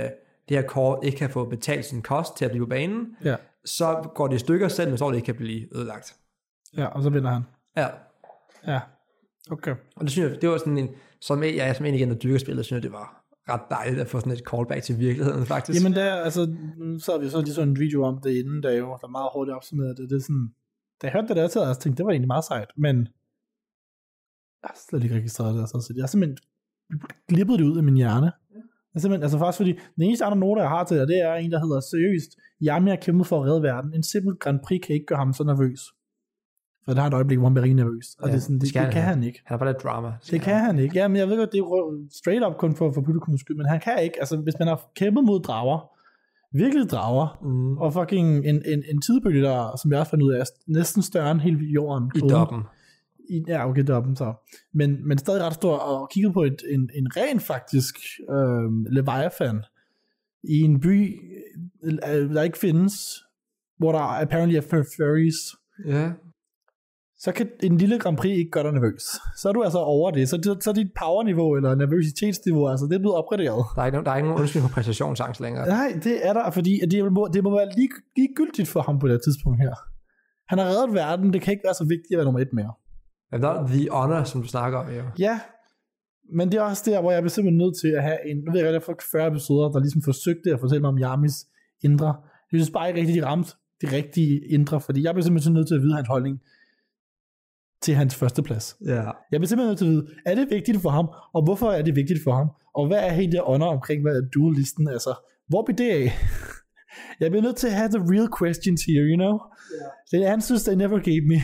det her kort ikke kan få betalt sin kost til at blive på banen, ja. så går det i stykker selv, men så det ikke kan blive ødelagt. Ja, og så vinder han. Ja. Ja, okay. Og det synes jeg, det var sådan en, som jeg, ja, som en igen, der dyrker spillet, synes jeg, det var ret dejligt at få sådan et callback til virkeligheden, faktisk. Jamen der, altså, så havde vi så lige sådan en video om det inden, der jo der meget hurtigt opsummeret det. Det er sådan, da jeg hørte det der til, jeg tænkte, det var egentlig meget sejt, men jeg har slet ikke registreret det, altså, så jeg har simpelthen glippet det ud af min hjerne. Jeg simpelthen, altså faktisk fordi, den eneste andre note, jeg har til det, det er en, der hedder seriøst, Yami har kæmpet for at redde verden. En simpel Grand Prix kan ikke gøre ham så nervøs. For det har et øjeblik, hvor han bliver rigtig nervøs. Og ja, det, er sådan, det, det, det kan han ikke. Han har bare lidt drama. Det, det kan han. han ikke. Ja, men jeg ved godt, det er straight up kun for, for publikums skyld, men han kan ikke. Altså, hvis man har kæmpet mod drager, virkelig drager, mm. og fucking en, en, en tidbølge, der, som jeg også fandt ud af, er næsten større end hele jorden. I doppen. I, ja, okay, doppen så. Men, men stadig ret stor, og kigget på et, en, en ren faktisk øh, Leviathan i en by, der ikke findes, hvor der apparently er furries. Ja. Så kan en lille Grand Prix ikke gøre dig nervøs. Så er du altså over det. Så, så er dit powerniveau eller nervøsitetsniveau, altså det er blevet opgraderet. Der er ikke, der er ikke nogen undskyldning for præstationsangst længere. Nej, det er der, fordi det må, det må være lige, ligegyldigt for ham på det tidspunkt her. Han har reddet verden, det kan ikke være så vigtigt at være nummer et mere. Men der er the honor, som du snakker om, jo. Ja, men det er også der, hvor jeg er simpelthen nødt til at have en, nu ved jeg godt, jeg fyrre episoder, der ligesom forsøgte at fortælle mig om Yamis indre. Jeg synes bare ikke rigtig, de ramte de rigtige indre, fordi jeg bliver simpelthen nødt til at vide hans holdning til hans første plads. Ja. Jeg bliver simpelthen nødt til at vide, er det vigtigt for ham, og hvorfor er det vigtigt for ham, og hvad er helt det under omkring, hvad er dual-listen, altså, hvor bliver det af? Jeg bliver nødt til at have the real questions here, you know? Yeah. The answers they never gave me.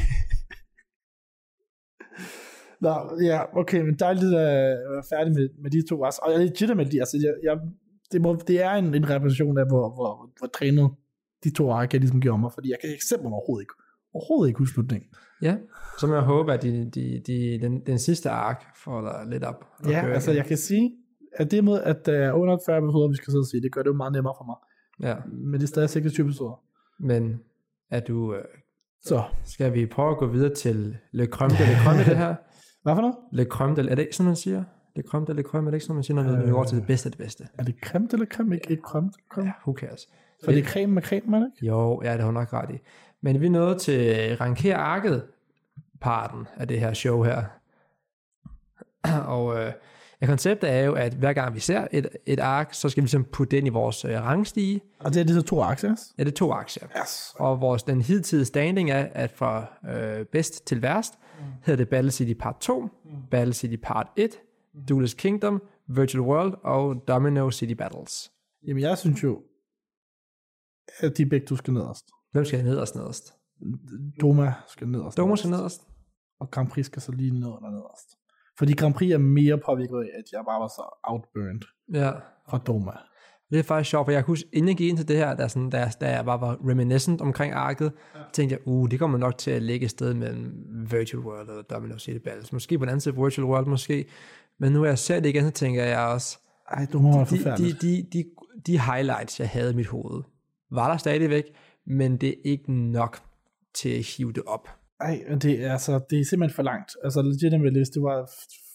Nå, ja, okay, men dejligt at være færdig med, med de to også. Og jeg er legitimately, altså, jeg, jeg, det, må, det er en, en repræsentation af, hvor, hvor, hvor trænet de to ark, jeg ligesom gjorde mig, fordi jeg kan simpelthen overhovedet ikke, overhovedet ikke huske slutningen. Ja, så jeg håber, at de, de, de, den, den sidste ark får der lidt op. Ja, altså igen. Jeg kan sige, at det med, at der er under fyrre episoder, vi skal sidde og sige, det gør det jo meget nemmere for mig. Ja. Men det er stadig seksogtyve episoder. Men er du... Øh, så. Skal vi prøve at gå videre til Le Crème de Le Crème det her? Hvad for noget? Le Crème de... Er det ikke sådan, man siger? Le Crème de Le Crème, er det ikke sådan, man siger, når vi går til det bedste af det bedste? Er det creme eller creme? Ikke, ikke creme? creme? Ja, who cares? For det er creme med creme, man ikke? Jo, ja, det har hun nok ret i. Men vi er nået til ranker arket parten af det her show her. Og øh, ja, konceptet er jo, at hver gang vi ser et, et ark, så skal vi ligesom putte det ind i vores øh, rangstige. Og det er de så to arks, yes? Ja, det er to aktier. Yes. Og vores, den hidtidige standing er, at fra øh, bedst til værst, mm. hedder det Battle City Part to, mm. Battle City Part et, mm. Duelist Kingdom, Virtual World og Domino City Battles. Jamen, jeg synes jo, at de begge to skal nederst. Hvem skal nederst nederst? Doma skal nederst. Doma skal nederst. Og Grand Prix skal så lige ned under nederst. Fordi Grand Prix er mere påvirket af, at jeg bare var så outburned ja. fra Doma. Det er faktisk sjovt, for jeg kunne huske, inden jeg gik ind til det her, da, sådan, da, da jeg bare var reminiscent omkring arket, ja. tænkte jeg, uh, det kommer nok til at ligge et sted mellem Virtual World og Domino City Battles. Måske på den anden side Virtual World, måske. Men nu er jeg ser det igen, så tænker jeg også, ej, det må være de, forfærdeligt. De, de, de, de highlights, jeg havde i mit hoved, var der stadigvæk, men det er ikke nok til at hive det op. Ej, det er, altså, det er simpelthen for langt. Altså legitimately, hvis det var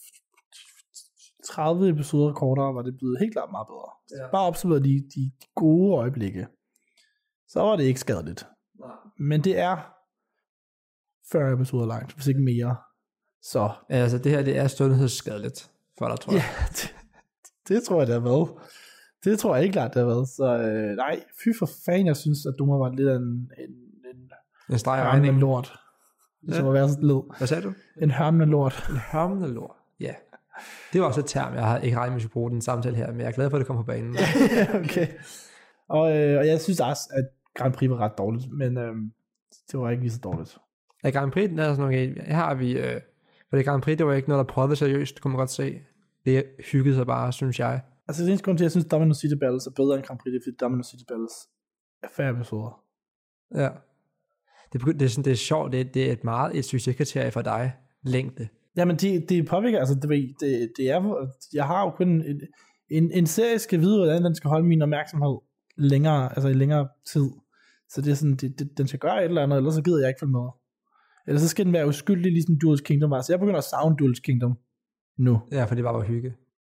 tredive episoder kortere, var det blevet helt klart meget bedre. Ja. Bare opsummeret de, de gode øjeblikke. Så var det ikke skadeligt. Nej. Men det er fyrre episoder langt, hvis ikke mere. Så. Altså det her, det er sundhedsskadeligt for dig, tror jeg. Ja, det, det tror jeg, det har været. Det tror jeg ikke klart, det har været. Så øh, nej, fy for fanden, jeg synes, at Doma var lidt af en en, en, en streg regning. En lort. Det ja. Må være sådan led. Hvad sagde du? En hørmende lort. En hørmende lort, ja. Det var også et term, jeg har ikke regnet med, at jeg skulle bruge den samtale her, men jeg er glad for, at det kom på banen. Okay. Og, øh, og jeg synes også, at Grand Prix var ret dårligt, men øh, det var ikke lige så dårligt. Ja, Grand Prix, den er sådan noget, her har vi, øh, for det Grand Prix, det var ikke noget, der prøvede seriøst, det kunne man godt se. Det hyggede sig bare, synes jeg. Altså det eneste grund til, at jeg synes, at Domino City Battles er bedre end Grand Prix, det er, fordi Domino City Battles er færre episoder. Ja. Det, det, er sådan, det er sjovt, det, det er et meget et succeskriterie for dig, længde. Jamen, det, det påvirker, altså, det, det, det er, jeg har jo kun, en, en, en serie skal vide, hvordan den skal holde min opmærksomhed længere, altså i længere tid. Så det er sådan, det, det, den skal gøre et eller andet, ellers så gider jeg ikke følge med. Ellers så skal den være uskyldig, ligesom Duelist Kingdom var. Så jeg begynder at savne Duelist Kingdom nu. Ja, for det bare var hygge.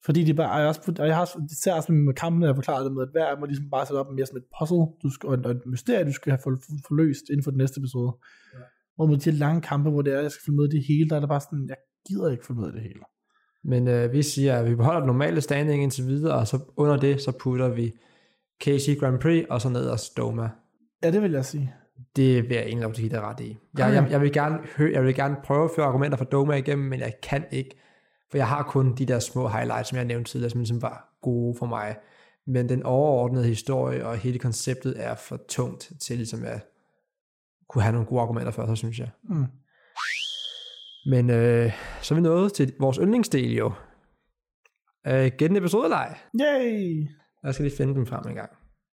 Fordi de bare, er også, og jeg har også, især også med kampen, jeg har forklaret det med, at hver må ligesom bare sætte op mere som et puzzle, du skal, og et mysterie, du skal have forløst inden for den næste episode. Ja. Og med de her lange kampe, hvor det er, jeg skal følge med det hele, der er det bare sådan, jeg gider ikke følge med det hele. Men øh, vi siger, at vi beholder den normale standing indtil videre, og så under det, så putter vi K C Grand Prix, og så ned og Doma. Ja, det vil jeg sige. Det vil jeg egentlig nok give dig ret i. Jeg, jeg, jeg, vil gerne høre, jeg vil gerne prøve at føre argumenter for Doma igennem, men jeg kan ikke, for jeg har kun de der små highlights, som jeg nævnte tidligere, som ligesom var gode for mig. Men den overordnede historie og hele konceptet er for tungt til ligesom at kunne have nogle gode argumenter for, så synes jeg. Mm. Men øh, så er vi nået til vores yndlingsdel jo. Øh, Gæt en episodeleg. Yay! Jeg skal lige finde dem frem en gang.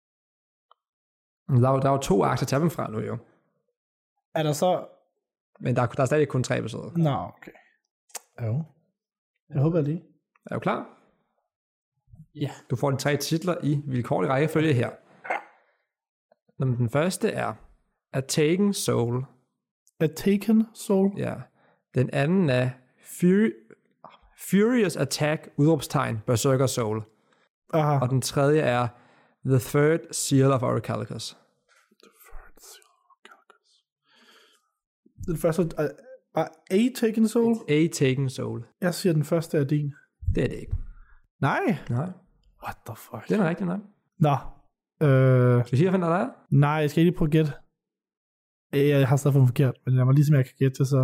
Der er, der er jo to akser at tage dem fra nu jo. Er der så... Men der er, der er stadig kun tre episoder. Nå, okay. Jo. Jeg håber lige. Er du klar? Ja. Du får de tre titler i vilkårlig rækkefølge her. Når den første er A Taken Soul. A Taken Soul? Ja. Den anden er Fury, Furious Attack, udråbstegn, Berserker Soul. Aha. Og den tredje er The Third Seal of Orichalcos. The Third Seal of Orichalcos. Den første er uh, A Taken Soul? A Taken Soul. Jeg siger, den første er din. Det er det ikke. Nej? Nej. What the fuck? Det er rigtigt, nej. Nå. Øh... Skal vi sige, hvad der er? Nej, jeg skal lige prøve at gætte. Jeg har stadig fået forkert, men jeg må ligesom jeg kan gætte det, så...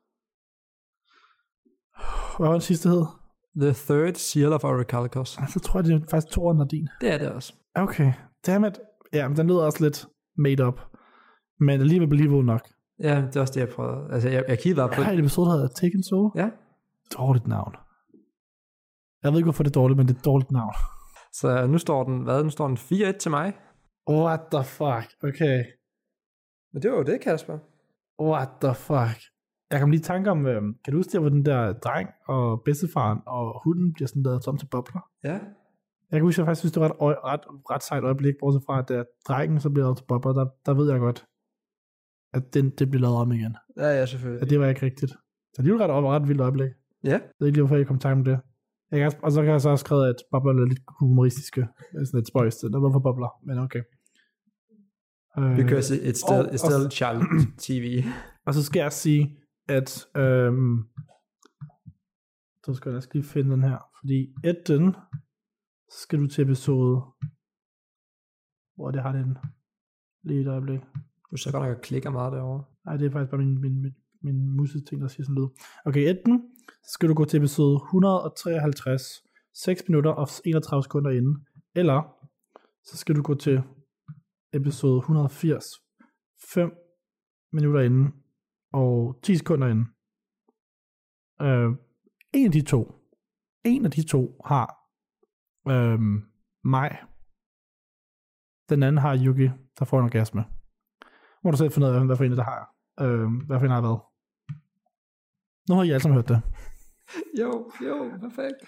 Hvad var den sidste hed? The Third Seal of Orichalcos. Så tror jeg, det er faktisk toeren af din. Det er det også. Okay, dammit. Ja, men den lyder også lidt made up. Men alligevel believable nok. Ja, det er også det, jeg prøvede. Altså, jeg, jeg kiggede bare på... Jeg har et episode, der hedder Taken Soul. Ja. Dårligt navn. Jeg ved ikke, hvorfor det er dårligt, men det er et dårligt navn. Så nu står den, hvad? Nu står den fire et til mig. What the fuck? Okay. Men det var jo det, Kasper. What the fuck? Jeg kom lige i tanke om, øh, kan du huske det, hvor den der dreng og bedstefaren og hunden bliver sådan lavet som til bobler? Ja. Jeg kan huske, at jeg faktisk synes, det var et ret, ret, ret sejt øjeblik, bortset fra, at der drengen så bliver lavet til bobler, der, der ved jeg godt, at den, det bliver lavet om igen. Ja, ja, selvfølgelig. At det var ikke rigtigt. Så det er jo ret, ret vildt øjeblik. Ja. Jeg ved ikke lige, hvorfor jeg kom i tanke om det. Jeg kan, og så kan jeg så have skrevet, at bobler er lidt humoristiske. Sådan et spøjst. Der var for bobler, men okay. Because it's still, it's still child T V. Og så skal jeg sige, at øhm, så skal jeg lige finde den her, fordi etten, så skal du til episode, hvor det har den lige et øjeblik. Du så godt nok klikker meget derovre. Nej, det er faktisk bare min, min, min, min museting, der siger sådan lyd. Okay, etten, så skal du gå til episode et hundrede og treoghalvtreds, seks minutter og enogtredive sekunder inden, eller så skal du gå til episode et hundrede og firs, fem minutter inden, og ti sekunder inden. Øh, en af de to, en af de to har øh, mig. Den anden har Yuki, der får en orgasme. Må du selv finde ud af, hvad for en der har. Øh, hvad for en har været. Nu har I alle sammen hørt det. Jo, jo, perfekt.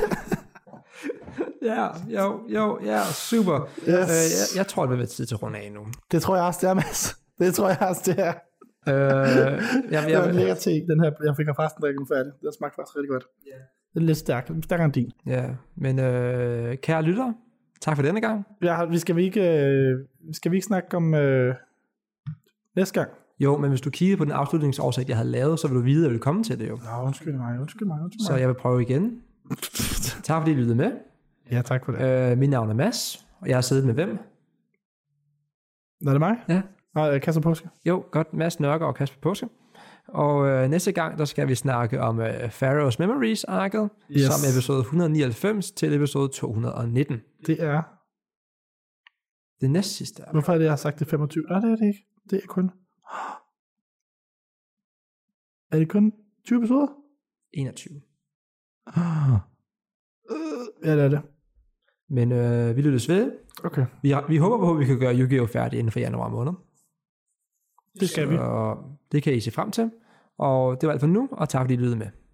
Ja, jo, jo, ja, super. Yes. Øh, jeg, jeg tror, det vil være tid til at runde af nu. Det tror jeg også, det er, Mads. Det tror jeg også, det er. Øh, jeg, jeg, det var en lækker te, den her, jeg fik faktisk drikken færdig. Den smagte faktisk rigtig godt. Yeah. Det er lidt stærkt, stærkere end din. Ja, men øh, kære lyttere, tak for denne gang. Ja, vi skal vi ikke, øh, skal vi ikke snakke om øh, næste gang? Jo, men hvis du kigger på den afslutningsoversigt, jeg havde lavet, så vil du vide, at jeg vil komme til det jo. Nå, undskyld mig, undskyld mig, undskyld mig. Så jeg vil prøve igen. Tak fordi I lyttede med. Ja, tak for det. Øh, mit navn er Mads, og jeg har siddet med hvem? Er det mig? Ja. Nej, Kasper Påske. Jo, godt. Mads Nørker og Kasper Påske. Og øh, næste gang, der skal vi snakke om øh, Pharaoh's Memories arket, yes. Som episode et hundrede og nioghalvfems til episode to hundrede og nitten. Det er... Det næst sidste. Hvorfor er det, jeg har sagt det femogtyve? Nej, det er det ikke. Det er kun... Er det kun tyve episoder? enogtyve. Ja, det er det. Men øh, vi lyttes ved. Okay. Vi, har, vi håber på, at vi kan gøre Yu-Gi-Oh! Færdig inden for januar måned. Det skal Så, vi. det kan I se frem til. Og det var alt for nu, og tak fordi I lyttede med.